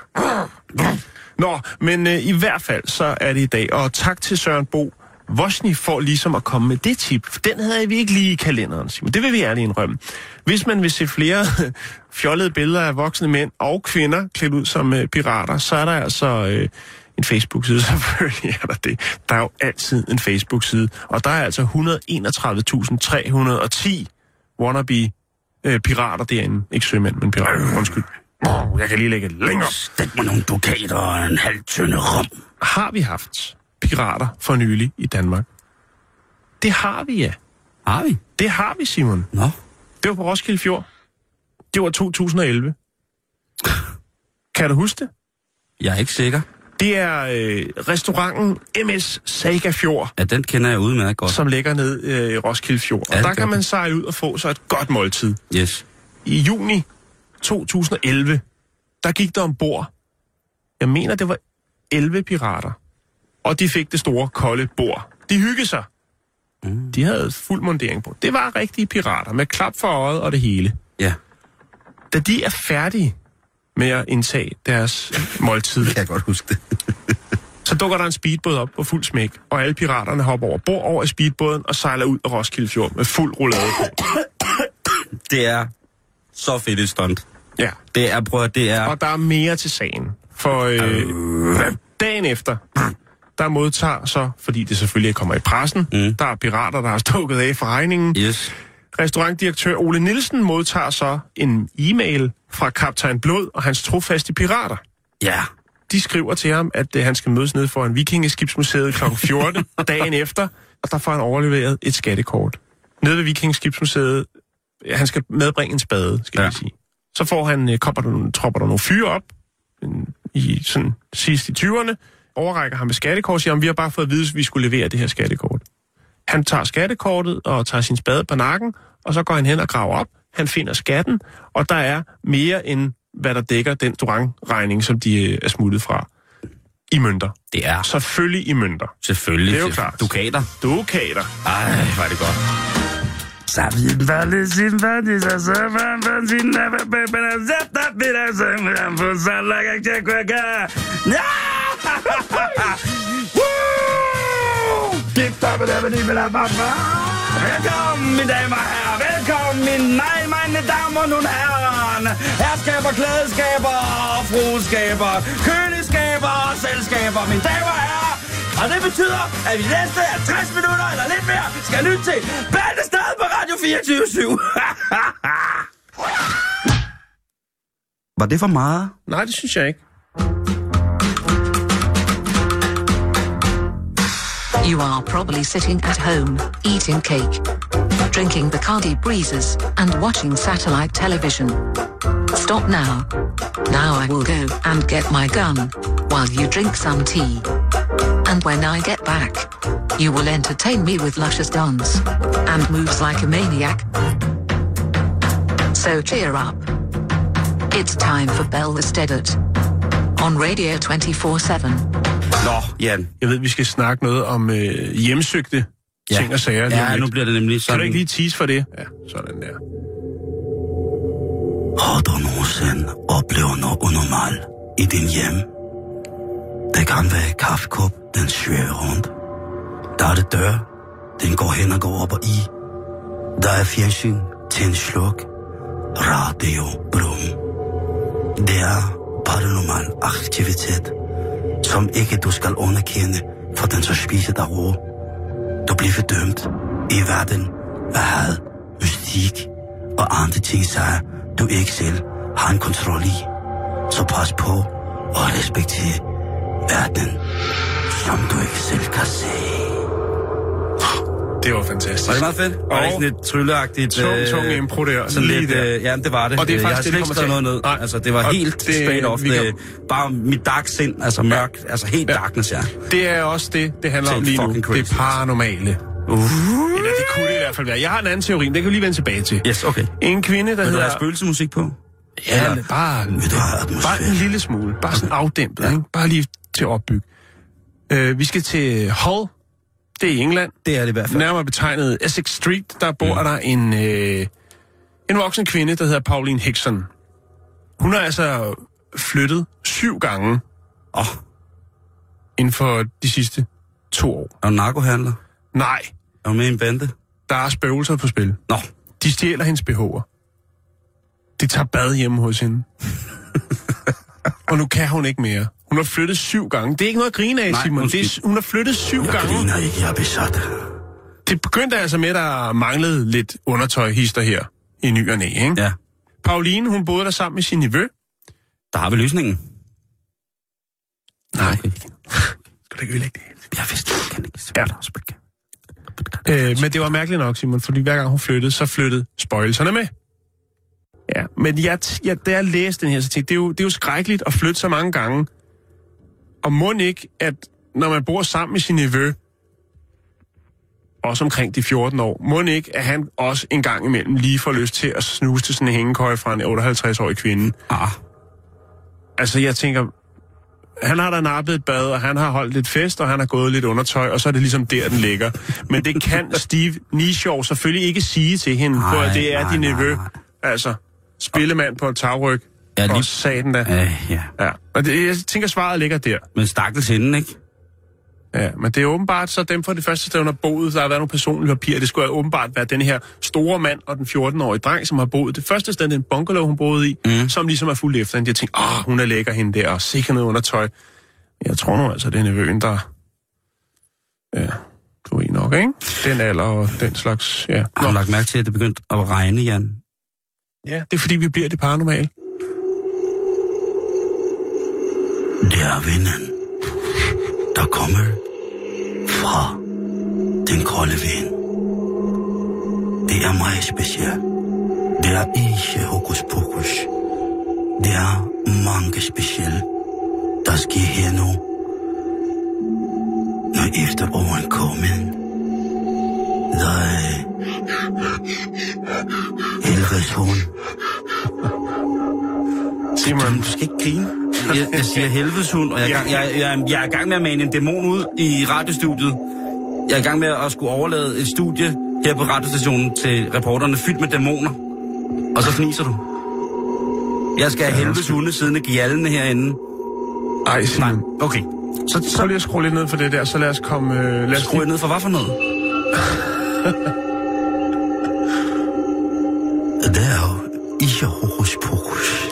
S4: Nå, men øh, i hvert fald, så er det i dag. Og tak til Søren Bo Vosni for ligesom at komme med det tip. For den havde vi ikke lige i kalenderen, Simon. Det vil vi ærligt indrømme. Hvis man vil se flere fjollede billeder af voksne mænd og kvinder klædt ud som øh, pirater, så er der altså øh, en Facebook-side. Selvfølgelig er der det. Der er jo altid en Facebook-side. Og der er altså et hundrede og enogtredive tusind tre hundrede og ti wannabe øh, pirater derinde. Ikke sømænd, men pirater. Undskyld. Oh, jeg kan lige lægge længere.
S5: Stik mig nogle dukater og en halv tynde rom.
S4: Har vi haft pirater for nylig i Danmark? Det har vi, ja.
S5: Har vi?
S4: Det har vi, Simon.
S5: Nå.
S4: Det var på Roskilde Fjord. Det var to tusind og elleve. Kan du huske det?
S5: Jeg er ikke sikker.
S4: Det er øh, restauranten M S Saga Fjord.
S5: Ja, den kender jeg udmærket godt.
S4: Som ligger ned øh, i Roskilde Fjord. Og ja, der kan man sejle ud og få så et godt måltid.
S5: Yes.
S4: I juni to tusind og elleve, der gik der ombord, jeg mener, det var elleve pirater. Og de fik det store, kolde bord. De hyggede sig. Mm. De havde fuld mundering på. Det var rigtige pirater, med klap for øjet og det hele.
S5: Ja.
S4: Da de er færdige med at indtage deres måltid,
S5: kan jeg godt huske det.
S4: så dukker der en speedbåd op på fuld smæk, og alle piraterne hopper over bord over i speedbåden og sejler ud af Roskilde Fjord med fuld roulade på.
S5: Det er så fedt et stunt.
S4: Ja.
S5: Det er, prøv at det er...
S4: Og der er mere til sagen. For øh, øh. dagen efter, der modtager så, fordi det selvfølgelig kommer i pressen, mm. der er pirater, der har stukket af for regningen.
S5: Yes.
S4: Restaurantdirektør Ole Nielsen modtager så en e-mail fra kaptajn Blod og hans trofaste pirater.
S5: Ja.
S4: De skriver til ham, at øh, han skal mødes nede for en Vikingeskibsmuseet klokken fjorten dagen efter, og der får han overleveret et skattekort. Nede ved Vikingeskibsmuseet, han skal medbringe en spade, skal ja. jeg sige. Så får han, øh, kommer der, tropper der nogle fyre op, en, i sådan sidst i tyverne, overrækker ham med skattekort, siger, om vi har bare fået at vide, at vi skulle levere det her skattekort. Han tager skattekortet og tager sin spade på nakken, og så går han hen og graver op. Han finder skatten, og der er mere end, hvad der dækker den restaurantregning, som de øh, er smuttet fra. I mønter.
S5: Det er.
S4: Selvfølgelig i mønter.
S5: Selvfølgelig.
S4: Det er jo klart.
S5: Dukater.
S4: Dukater.
S5: Ej, var det godt. Sabin valle sin valle så så van sin lave bebela zeta bela zem for salaga kekka. Ja! Woo! Dip da bela bela baba. Velkommen, mine damer og herrer. Velkommen, mine nej, mine damer og nogle herrer. Herskaber, klædeskaber, frueskaber, køleskaber og selskaber, mine damer og herrer. Og det betyder, at vi næste halvtreds minutter eller lidt mere skal lytte til Bæltestedet på Radio fireogtyve syv. Var det for meget?
S4: Nej, det synes jeg ikke.
S1: You are probably sitting at home, eating cake, drinking Bacardi breezes, and watching satellite television. Stop now. Now I will go and get my gun, while you drink some tea. And when I get back, you will entertain me with luscious dance and moves like a maniac. So cheer up. It's time for Bæltestedet on Radio twenty-four seven.
S5: Nå, Jan.
S4: Jeg ved, vi skal snakke noget om øh, hjemsøgte
S5: ja.
S4: ting og sager.
S5: Ja, nu bliver det nemlig sådan.
S4: Kan du ikke lige tease for det? Ja, sådan der.
S5: Har du nogensinde oplevet noget unormalt i din hjem? Det kan være kaffekop, den svæver rundt. Der er det dør, den går hen og går op og i. Der er fjernsyn, tænd sluk, radio, brum.
S11: Det er paranormal aktivitet, som ikke du skal underkende, for den så spiser dig ro. Du bliver dømt i verden af had, mystik og andre ting, sager du ikke selv har en kontrol i. Så pas på og respekter verden, som du ikke selv kan se.
S4: Det var fantastisk.
S5: Var det meget fedt? Og, og sådan lidt trylleagtigt.
S4: Tung, tung impro der.
S5: Sådan lidt, øh, ja, det var det.
S4: Og det er
S5: jeg har
S4: faktisk
S5: slet ikke skrevet noget ned. Nej. Altså, det var og helt det, straight off. Det, bare mit dark sind, altså mørk, ja. altså helt ja. darkness, ja.
S4: Det er også det, det handler om lige nu. Crazy. Det er paranormale. Uh. Eller det kunne det i hvert fald være. Jeg har en anden teori, det kan vi lige vende tilbage til.
S5: Yes, okay.
S4: En kvinde, der
S5: Vil
S4: hedder...
S5: du have spøgelsemusik på?
S4: Ja, eller... bare, bare en lille smule. Bare sådan afdæmpet, ja. ikke? Bare lige til at opbygge. Uh, vi skal til Hull. Det er i England.
S5: Det er det i hvert fald.
S4: Nærmere betegnet Essex Street, der bor mm. der en, øh, en voksen kvinde, der hedder Pauline Hickson. Hun har altså flyttet syv gange
S5: oh.
S4: inden for de sidste to år.
S5: Er hun narkohandler?
S4: Nej.
S5: Er hun med i en bande?
S4: Der er spøgelser på spil.
S5: Nå.
S4: De stjæler hendes B H'er. De tager bad hjemme hos hende. Og nu kan hun ikke mere. Hun har flyttet syv gange. Det er ikke noget at grine af, Nej, Simon. Det er, hun har flyttet syv
S11: jeg
S4: gange.
S11: Jeg griner ikke, jeg er besat.
S4: Det begyndte altså med, at der manglede lidt undertøjhister her i ny og næ, ikke?
S5: Ja.
S4: Pauline, hun boede der sammen med sin nevø.
S5: Der har vi løsningen.
S4: Nej. Okay. Skal du ikke ødelægge det?
S5: Jeg vidste, jeg kan ikke.
S4: Ja. Øh, men det var mærkeligt nok, Simon, fordi hver gang hun flyttede, så flyttede spøgelserne med. Ja, men jeg, jeg, da jeg læste den her, så tænkte det er jo, det er jo skrækkeligt at flytte så mange gange. Og må ikke, at når man bor sammen med sin nevø, også omkring de fjorten år, må ikke, at han også en gang imellem lige får lyst til at snuse til sådan en hængekøj fra en otteoghalvtreds-årig kvinde.
S5: Ah.
S4: Altså, jeg tænker, han har da nappet et bad, og han har holdt lidt fest, og han har gået lidt undertøj, og så er det ligesom der, den ligger. Men det kan Steve Nishaw selvfølgelig ikke sige til hende, for at det er nej, din nevø. Nej. Altså, spillemand på et tagryg.
S5: Ja, lige...
S4: Og sagde den da.
S5: Øh, ja.
S4: ja. Og det, jeg tænker, svaret ligger der.
S5: Men stakkels hende, ikke?
S4: Ja, men det er åbenbart så dem fra det første sted, hun har boet. Der har været nogle personlige papirer. Det skulle åbenbart være den her store mand og den fjorten-årige dreng, som har boet. Det første sted, den bungalow, hun boede i, mm. som ligesom er fuldt efter hende. Jeg tænkte, åh, hun er lækker hende der, og sikkert noget undertøj. Jeg tror nu altså, det er nevøen, der... Ja, du er nok, ikke? Den alder og den slags, ja.
S5: Har du lagt mærke til, at det begyndte at regne, Jan?
S4: Ja, det er fordi, vi bliver det paranormale.
S11: Det er vinden, der kommer fra den kolde vind. Det er meget specielt. Det er ikke hokus pokus. Det er mange specielle, der sker her nu. Når efteråren kommer, der er helvedes hund.
S5: Simon, du skal ikke grine. Jeg, jeg siger helvedeshund, og jeg, jeg, jeg, jeg, jeg er i gang med at mane en dæmon ud i radiostudiet. Jeg er i gang med at skulle overlade et studie her på radiostationen til reporterne fyldt med dæmoner. Og så fniser du. Jeg skal have helvedeshunde siddende gjaldende herinde.
S4: Ej, Simon.
S5: Nej, okay.
S4: Så, så, så lige at skrue lidt ned for det der, så lad os komme... Øh, lad os
S5: skrue ned for hvad for noget?
S11: Det er jo ikke hokus pokus.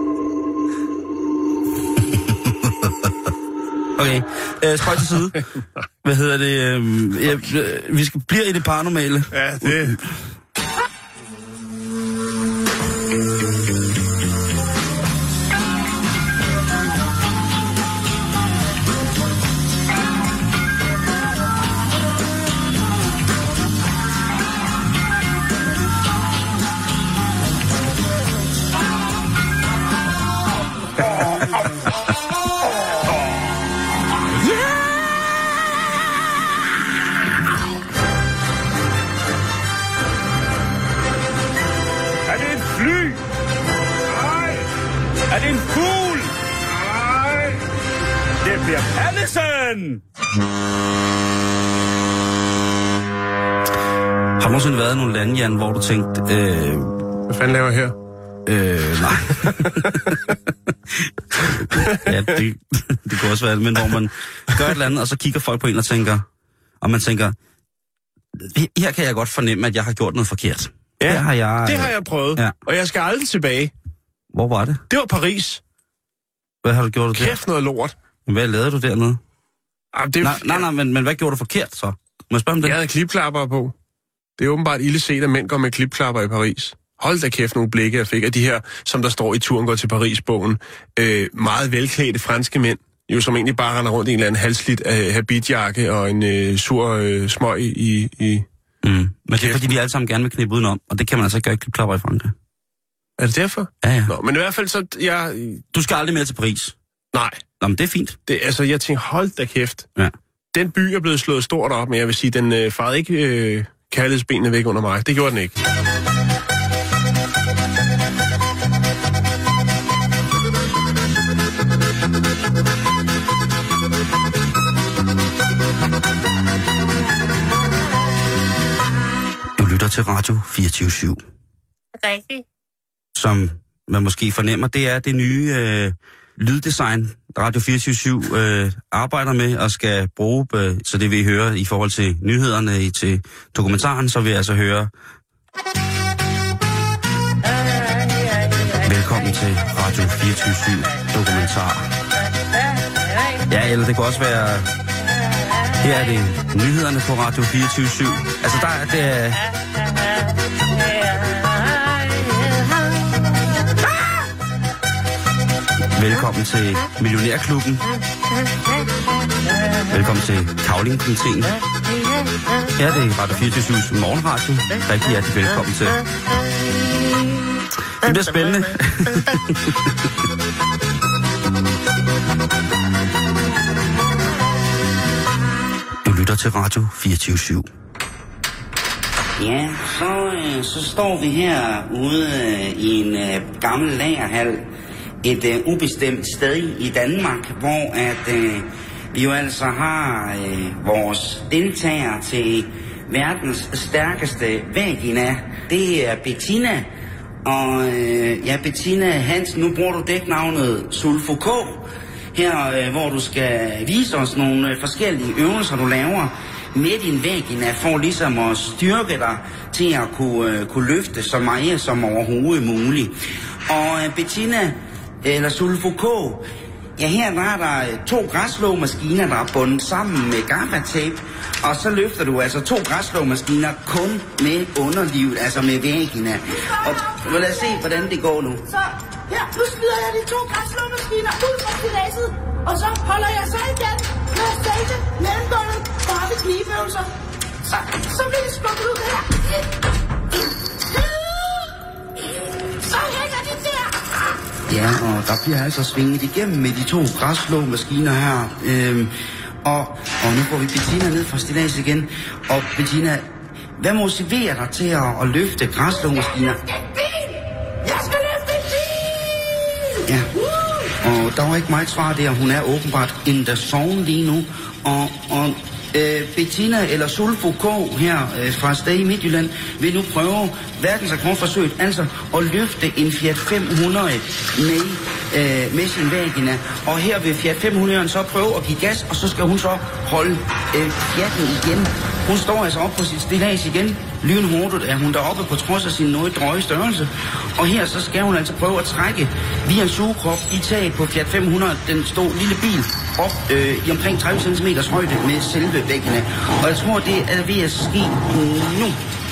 S5: Okay, øh, spøj til side. Hvad hedder det? Øh, ja, vi skal blive i det paranormale.
S4: Ja, det...
S5: Har du nogensinde været i nogle lande, Jan, hvor du tænkte... Øh,
S4: Hvad fanden laver jeg her?
S5: Øh, nej. Ja, det, det kunne også være, men hvor man gør et eller andet, og så kigger folk på en og tænker... Og man tænker, her kan jeg godt fornemme, at jeg har gjort noget forkert.
S4: Ja,
S5: har jeg,
S4: det har jeg prøvet, ja. Og jeg skal aldrig tilbage.
S5: Hvor var det?
S4: Det var Paris.
S5: Hvad har du gjort der?
S4: Kæft noget lort.
S5: Hvad lavede du dernede?
S4: Ah, det...
S5: Nej, nej, nej, men, men hvad gjorde du forkert så? Må jeg spørge om det?
S4: Jeg havde klipklapper på. Det er åbenbart ille set, at mænd går med klipklapper i Paris. Hold da kæft nogle blikke, jeg fik af de her, som der står i Turen går til Paris-bogen. Øh, meget velklædte franske mænd, jo som egentlig bare render rundt i en eller anden halslidt af habitjakke og en øh, sur øh, smøg i... i
S5: mm. Men det er fordi, vi alle sammen gerne vil knippe udenom, og det kan man altså ikke gøre i klipklapper i Frankrig.
S4: Er det derfor?
S5: Ja, ja.
S4: Nå, men i hvert fald så... Jeg...
S5: Du skal aldrig mere til Paris?
S4: Nej.
S5: Nå, men det er fint.
S4: Det, altså, jeg tænkte, hold da kæft.
S5: Ja.
S4: Den by er blevet slået stort op, men jeg vil sige, den øh, farede ikke øh, kærlighedsbenene væk under mig. Det gjorde den ikke.
S5: Du lytter til Radio fireogtyve syv.
S10: Rigtigt.
S5: Som man måske fornemmer, det er det nye øh, lyddesign, Radio fireogtyve syv øh, arbejder med og skal bruge, øh, så det vi hører i forhold til nyhederne, i, til dokumentaren, så vil jeg altså høre... Velkommen til Radio fireogtyve syv dokumentar. Ja, eller det kan også være... Her er det nyhederne på Radio fireogtyve syv. Altså, der er det... Velkommen til Millionærklubben. Velkommen til Kavlingkomiteen. Her er det Radio fireogtyve syvs morgenradio. Rigtig hjertelig velkommen til. Det bliver spændende. Du lytter til Radio fireogtyve syv.
S12: Ja, så, øh, så står vi her ude øh, i en øh, gammel lagerhal. Et øh, ubestemt sted i Danmark, hvor at øh, vi jo altså har øh, vores deltagere til verdens stærkeste vagina. Det er Bettina. Og øh, ja, Bettina Hansen, nu bruger du dæknavnet Sulfo K. Her, øh, hvor du skal vise os nogle øh, forskellige øvelser, du laver med din vagina, for ligesom at styrke dig til at kunne, øh, kunne løfte så meget som overhovedet muligt. Og øh, Bettina, eller Sulfo K, ja, her der er der to græsslåmaskiner, der er bundet sammen med gaffatape, og så løfter du altså to græsslåmaskiner kun med underlivet, altså med vagina. Og lad os se, hvordan det går nu.
S13: Så her, nu smider jeg de to græsslåmaskiner ud fra stiladset, og så holder jeg så igen med selve mellemgulvet og har det knibeøvelser. Så, så bliver det skubbet ud her. Så hænger de der.
S12: Ja, og der bliver altså svinget igennem med de to græsslåmaskiner her. Øhm, og, og nu får vi Bettina ned fra stillads igen. Og Bettina, hvad motiverer dig til at, at løfte græsslåmaskiner?
S13: Jeg skal løfte en bil!
S12: Ja, og der var ikke meget svar der. Hun er åbenbart in the zone lige nu. Og, og øh, Bettina eller Sulfo K her øh, fra sted i Midtjylland vil nu prøve verdensrekordforsøget, altså at løfte en Fiat fem hundrede med, øh, med sin vagina. Og her vil Fiat fem hundrede så prøve at give gas, og så skal hun så holde øh, Fiaten igen. Hun står altså op på sit stillads igen. Lynhurtigt er hun deroppe på trods af sin noget drøje størrelse. Og her så skal hun altså prøve at trække via en sugekrop i taget på Fiat fem hundrede, den store lille bil, op øh, i omkring tredive centimeter højde med selve vagina. Og jeg tror, det er ved at ske nu.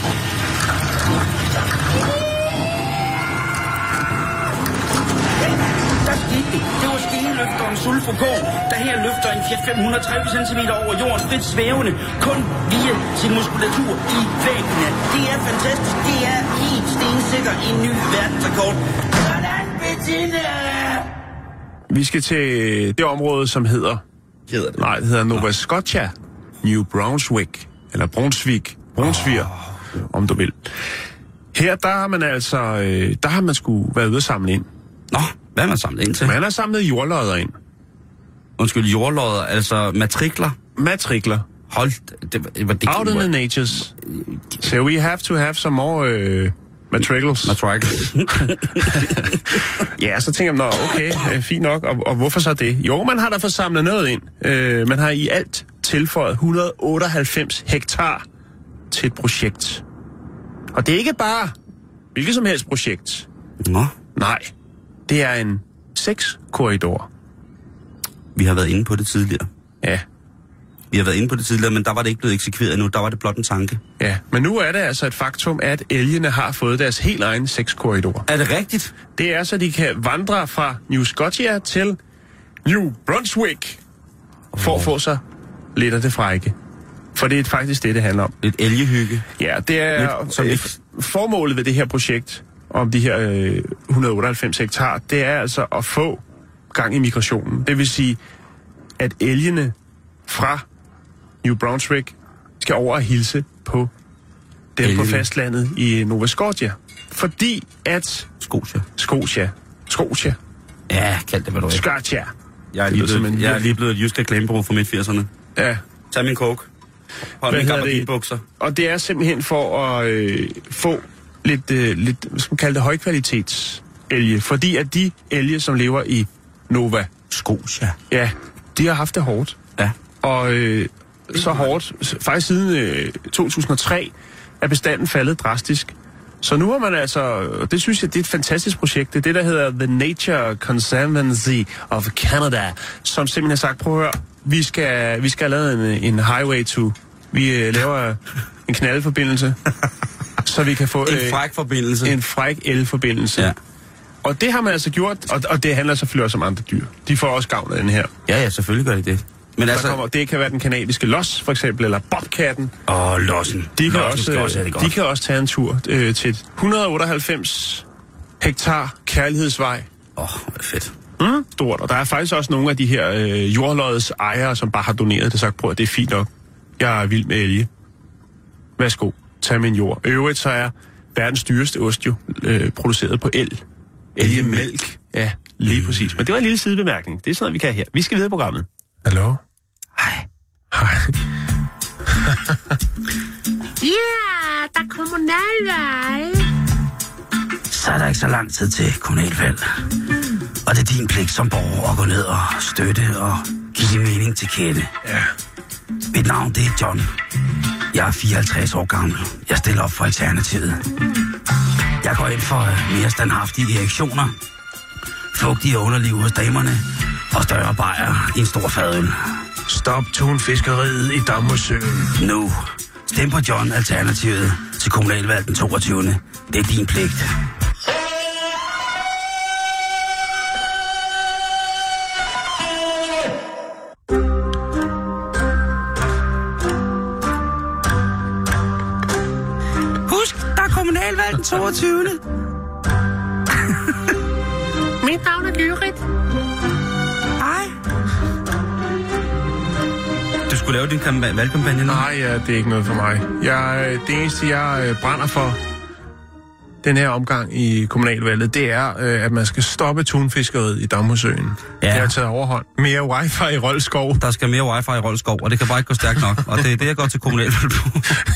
S12: Der skete det. Det var stenløfteren Sulfo K, der her løfter en Fiat fem hundrede tredive centimeter over jorden, frit svævende, kun via sin muskulatur i vagina. Det er fantastisk. Det er helt stensikker en ny verdensrekord. Sådan, Bettina!
S4: Vi skal til det område, som hedder...
S5: Hedder det?
S4: Nej, det hedder Nova Scotia. New Brunswick. Eller Brunswick. Brunsviger, oh. om du vil. Her, der har man altså... Øh, der har man sgu været ude at samle ind.
S5: Nå, hvad har man samlet ind til?
S4: Man har samlet jordlodder ind.
S5: Undskyld, jordlodder, altså matrikler?
S4: Matrikler.
S5: Hold, det, det var det.
S4: Out in the natures. So we have to have some more øh, matricles.
S5: Matricles.
S4: Ja, så tænker jeg, nå, okay, øh, fint nok, og, og hvorfor så det? Jo, man har da fået samlet noget ind. Øh, man har i alt tilføjet et hundrede og otteoghalvfems hektar til et projekt. Og det er ikke bare hvilket som helst projekt.
S5: Nå.
S4: Nej, Det er en seks korridor.
S5: Vi har været inde på det tidligere.
S4: Ja.
S5: Vi har været inde på det tidligere, men der var det ikke blevet eksekveret endnu. Der var det blot en tanke.
S4: Ja, men nu er det altså et faktum, at elgene har fået deres helt egen seks korridor.
S5: Er det rigtigt?
S4: Det er så, de kan vandre fra New Scotia til New Brunswick for oh. at få sig lidt af det frække. For det er faktisk det, det handler om.
S5: Lidt elgehygge.
S4: Ja, det er
S5: lidt, som
S4: øh,
S5: lidt...
S4: formålet ved det her projekt om de her øh, et hundrede og otteoghalvfems hektar, det er altså at få gang i migrationen. Det vil sige, at elgene fra New Brunswick skal over og hilse på dem elgene på fastlandet i Nova Scotia. Fordi at...
S5: Scotia.
S4: Scotia. Scotia.
S5: Ja, kald det, hvad du vil.
S4: Scotia.
S5: Jeg er lige blevet, jeg er lige blevet et jysk reklamebureau fra midt firserne.
S4: Ja.
S5: Tag min coke. Hold min gabardinbukser.
S4: Og det er simpelthen for at øh, få lidt, øh, lidt, hvad skal man kalde det, højkvalitets elge. Fordi at de elge, som lever i Nova
S5: Scotia,
S4: ja, de har haft det hårdt.
S5: Ja.
S4: Og øh, så hårdt, faktisk siden øh, to tusind og tre, er bestanden faldet drastisk. Så nu har man altså, det synes jeg, det er et fantastisk projekt. Det er det, der hedder The Nature Conservancy of Canada, som simpelthen har sagt, prøv at høre, vi skal, vi skal have lavet en, en highway to, vi øh, laver en knaldeforbindelse, så vi kan få...
S5: En fræk forbindelse.
S4: En fræk elforbindelse.
S5: Ja.
S4: Og det har man altså gjort, og, og det handler selvfølgelig også om andre dyr. De får også gavn af den her.
S5: Ja, ja, selvfølgelig gør de det. Men altså...
S4: kommer, det kan være den kanadiske los, for eksempel, eller bobkatten.
S5: Åh, oh, lossen.
S4: De kan,
S5: lossen
S4: også,
S5: også,
S4: de kan også tage en tur øh, til et et hundrede og otteoghalvfems hektar kærlighedsvej.
S5: Åh, oh, hvor fedt.
S4: Mm, stort. Og der er faktisk også nogle af de her øh, jordloddets ejere, som bare har doneret det, sagt, prøv at det er fint nok. Jeg er vild med elge. Værsgo, tag min jord. Øvrigt så er verdens dyreste ost jo øh, produceret på el.
S5: Elgemælk.
S4: Ja, lige mm. præcis. Men det var en lille sidebemærkning. Det er sådan noget, vi kan her. Vi skal videre i programmet. Hallo?
S5: Hej.
S4: Hej.
S13: Ja, der er kommunalvalg.
S11: Så er der ikke så lang tid til kommunalvalg. Og det er din pligt som borger at gå ned og støtte og give din mening til kende.
S4: Ja.
S11: Mit navn, det er John. Jeg er fireoghalvtreds år gammel. Jeg stiller op for Alternativet. Jeg går ind for mere standhaftige erektioner, fugtige underliv hos damerne og større bajer i en stor fadøl.
S4: Stop tunfiskeriet i Damhusøen.
S11: Nu. Stem på John Alternativet til kommunalvalg den toogtyvende Det er din pligt.
S5: Husk, der er kommunalvalg den toogtyvende
S13: Mit navn er Gyrit.
S5: Hej. Du skulle lave din kamp- valgkampagne nu?
S4: Nej, ja, det er ikke noget for mig. Jeg, det eneste, jeg brænder for den her omgang i kommunalvalget, det er, at man skal stoppe tunfiskeriet i Damhusøen. Ja. Det har taget overhånd. Mere wifi i Roldskov.
S5: Der skal mere wifi i Roldskov, og det kan bare ikke gå stærkt nok. Og det er det, jeg går til kommunalvalg på.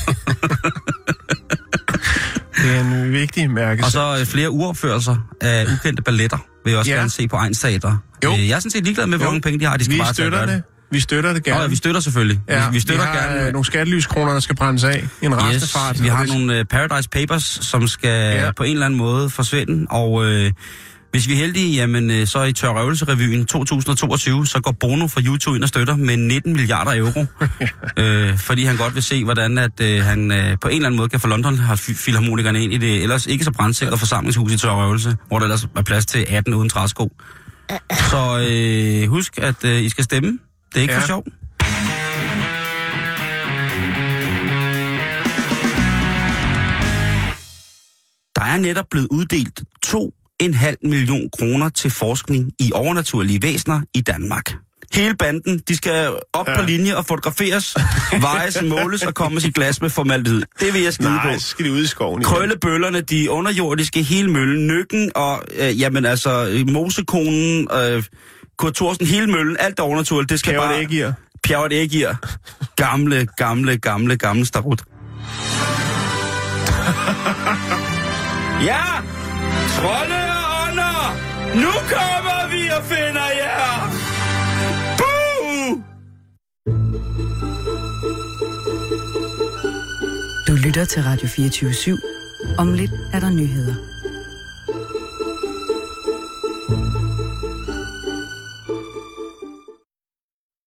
S4: Det er en vigtig mærke.
S5: Og så flere uopførelser af ukendte balletter vil jeg også ja. gerne se på Eins Teater.
S4: Jo.
S5: Jeg er sådan set ligeglad med, hvor mange penge de har. De skal
S4: vi
S5: bare
S4: støtter det. Vi støtter det gerne.
S5: Nå, ja, vi støtter selvfølgelig.
S4: Ja,
S5: vi, vi støtter
S4: vi har
S5: gerne
S4: nogle skattelyskroner, der skal brændes af. En
S5: yes,
S4: restefart.
S5: Vi har nogle uh, Paradise Papers, som skal ja. på en eller anden måde forsvinde. Og uh, hvis vi er heldige, jamen, uh, så i Tørrøvelse-revyen to tusind og toogtyve, så går Bono fra YouTube ind og støtter med nitten milliarder euro. uh, fordi han godt vil se, hvordan at, uh, han uh, på en eller anden måde kan få London har filharmonikerne ind i det ellers ikke så brandsikre forsamlingshus i Tørrøvelse, hvor der ellers er plads til atten uden træsko. Så uh, husk, at uh, I skal stemme. Det er ikke ja. for sjov. Der er netop blevet uddelt to komma fem million kroner til forskning i overnaturlige væsener i Danmark. Hele banden, de skal op ja. på linje og fotograferes, vejes, måles og kommes i glas med formaldehyd. Det vil jeg skide
S4: Nej,
S5: på.
S4: skal de ud i skoven.
S5: Krøllebøllerne, de underjordiske, hele møllen, Nøkken og, øh, jamen altså, mosekonen, øh, Kurt Thorsen, hele møllen, alt der overnaturligt, det skal
S4: Pjævret
S5: bare...
S4: Ægir.
S5: Pjævret Ægir. Gamle, gamle, gamle, gamle starut. Ja! Trolde og ånder! Nu kommer vi og finder jer! Boo!
S14: Du lytter til Radio fireogtyve syv. Om lidt er der nyheder.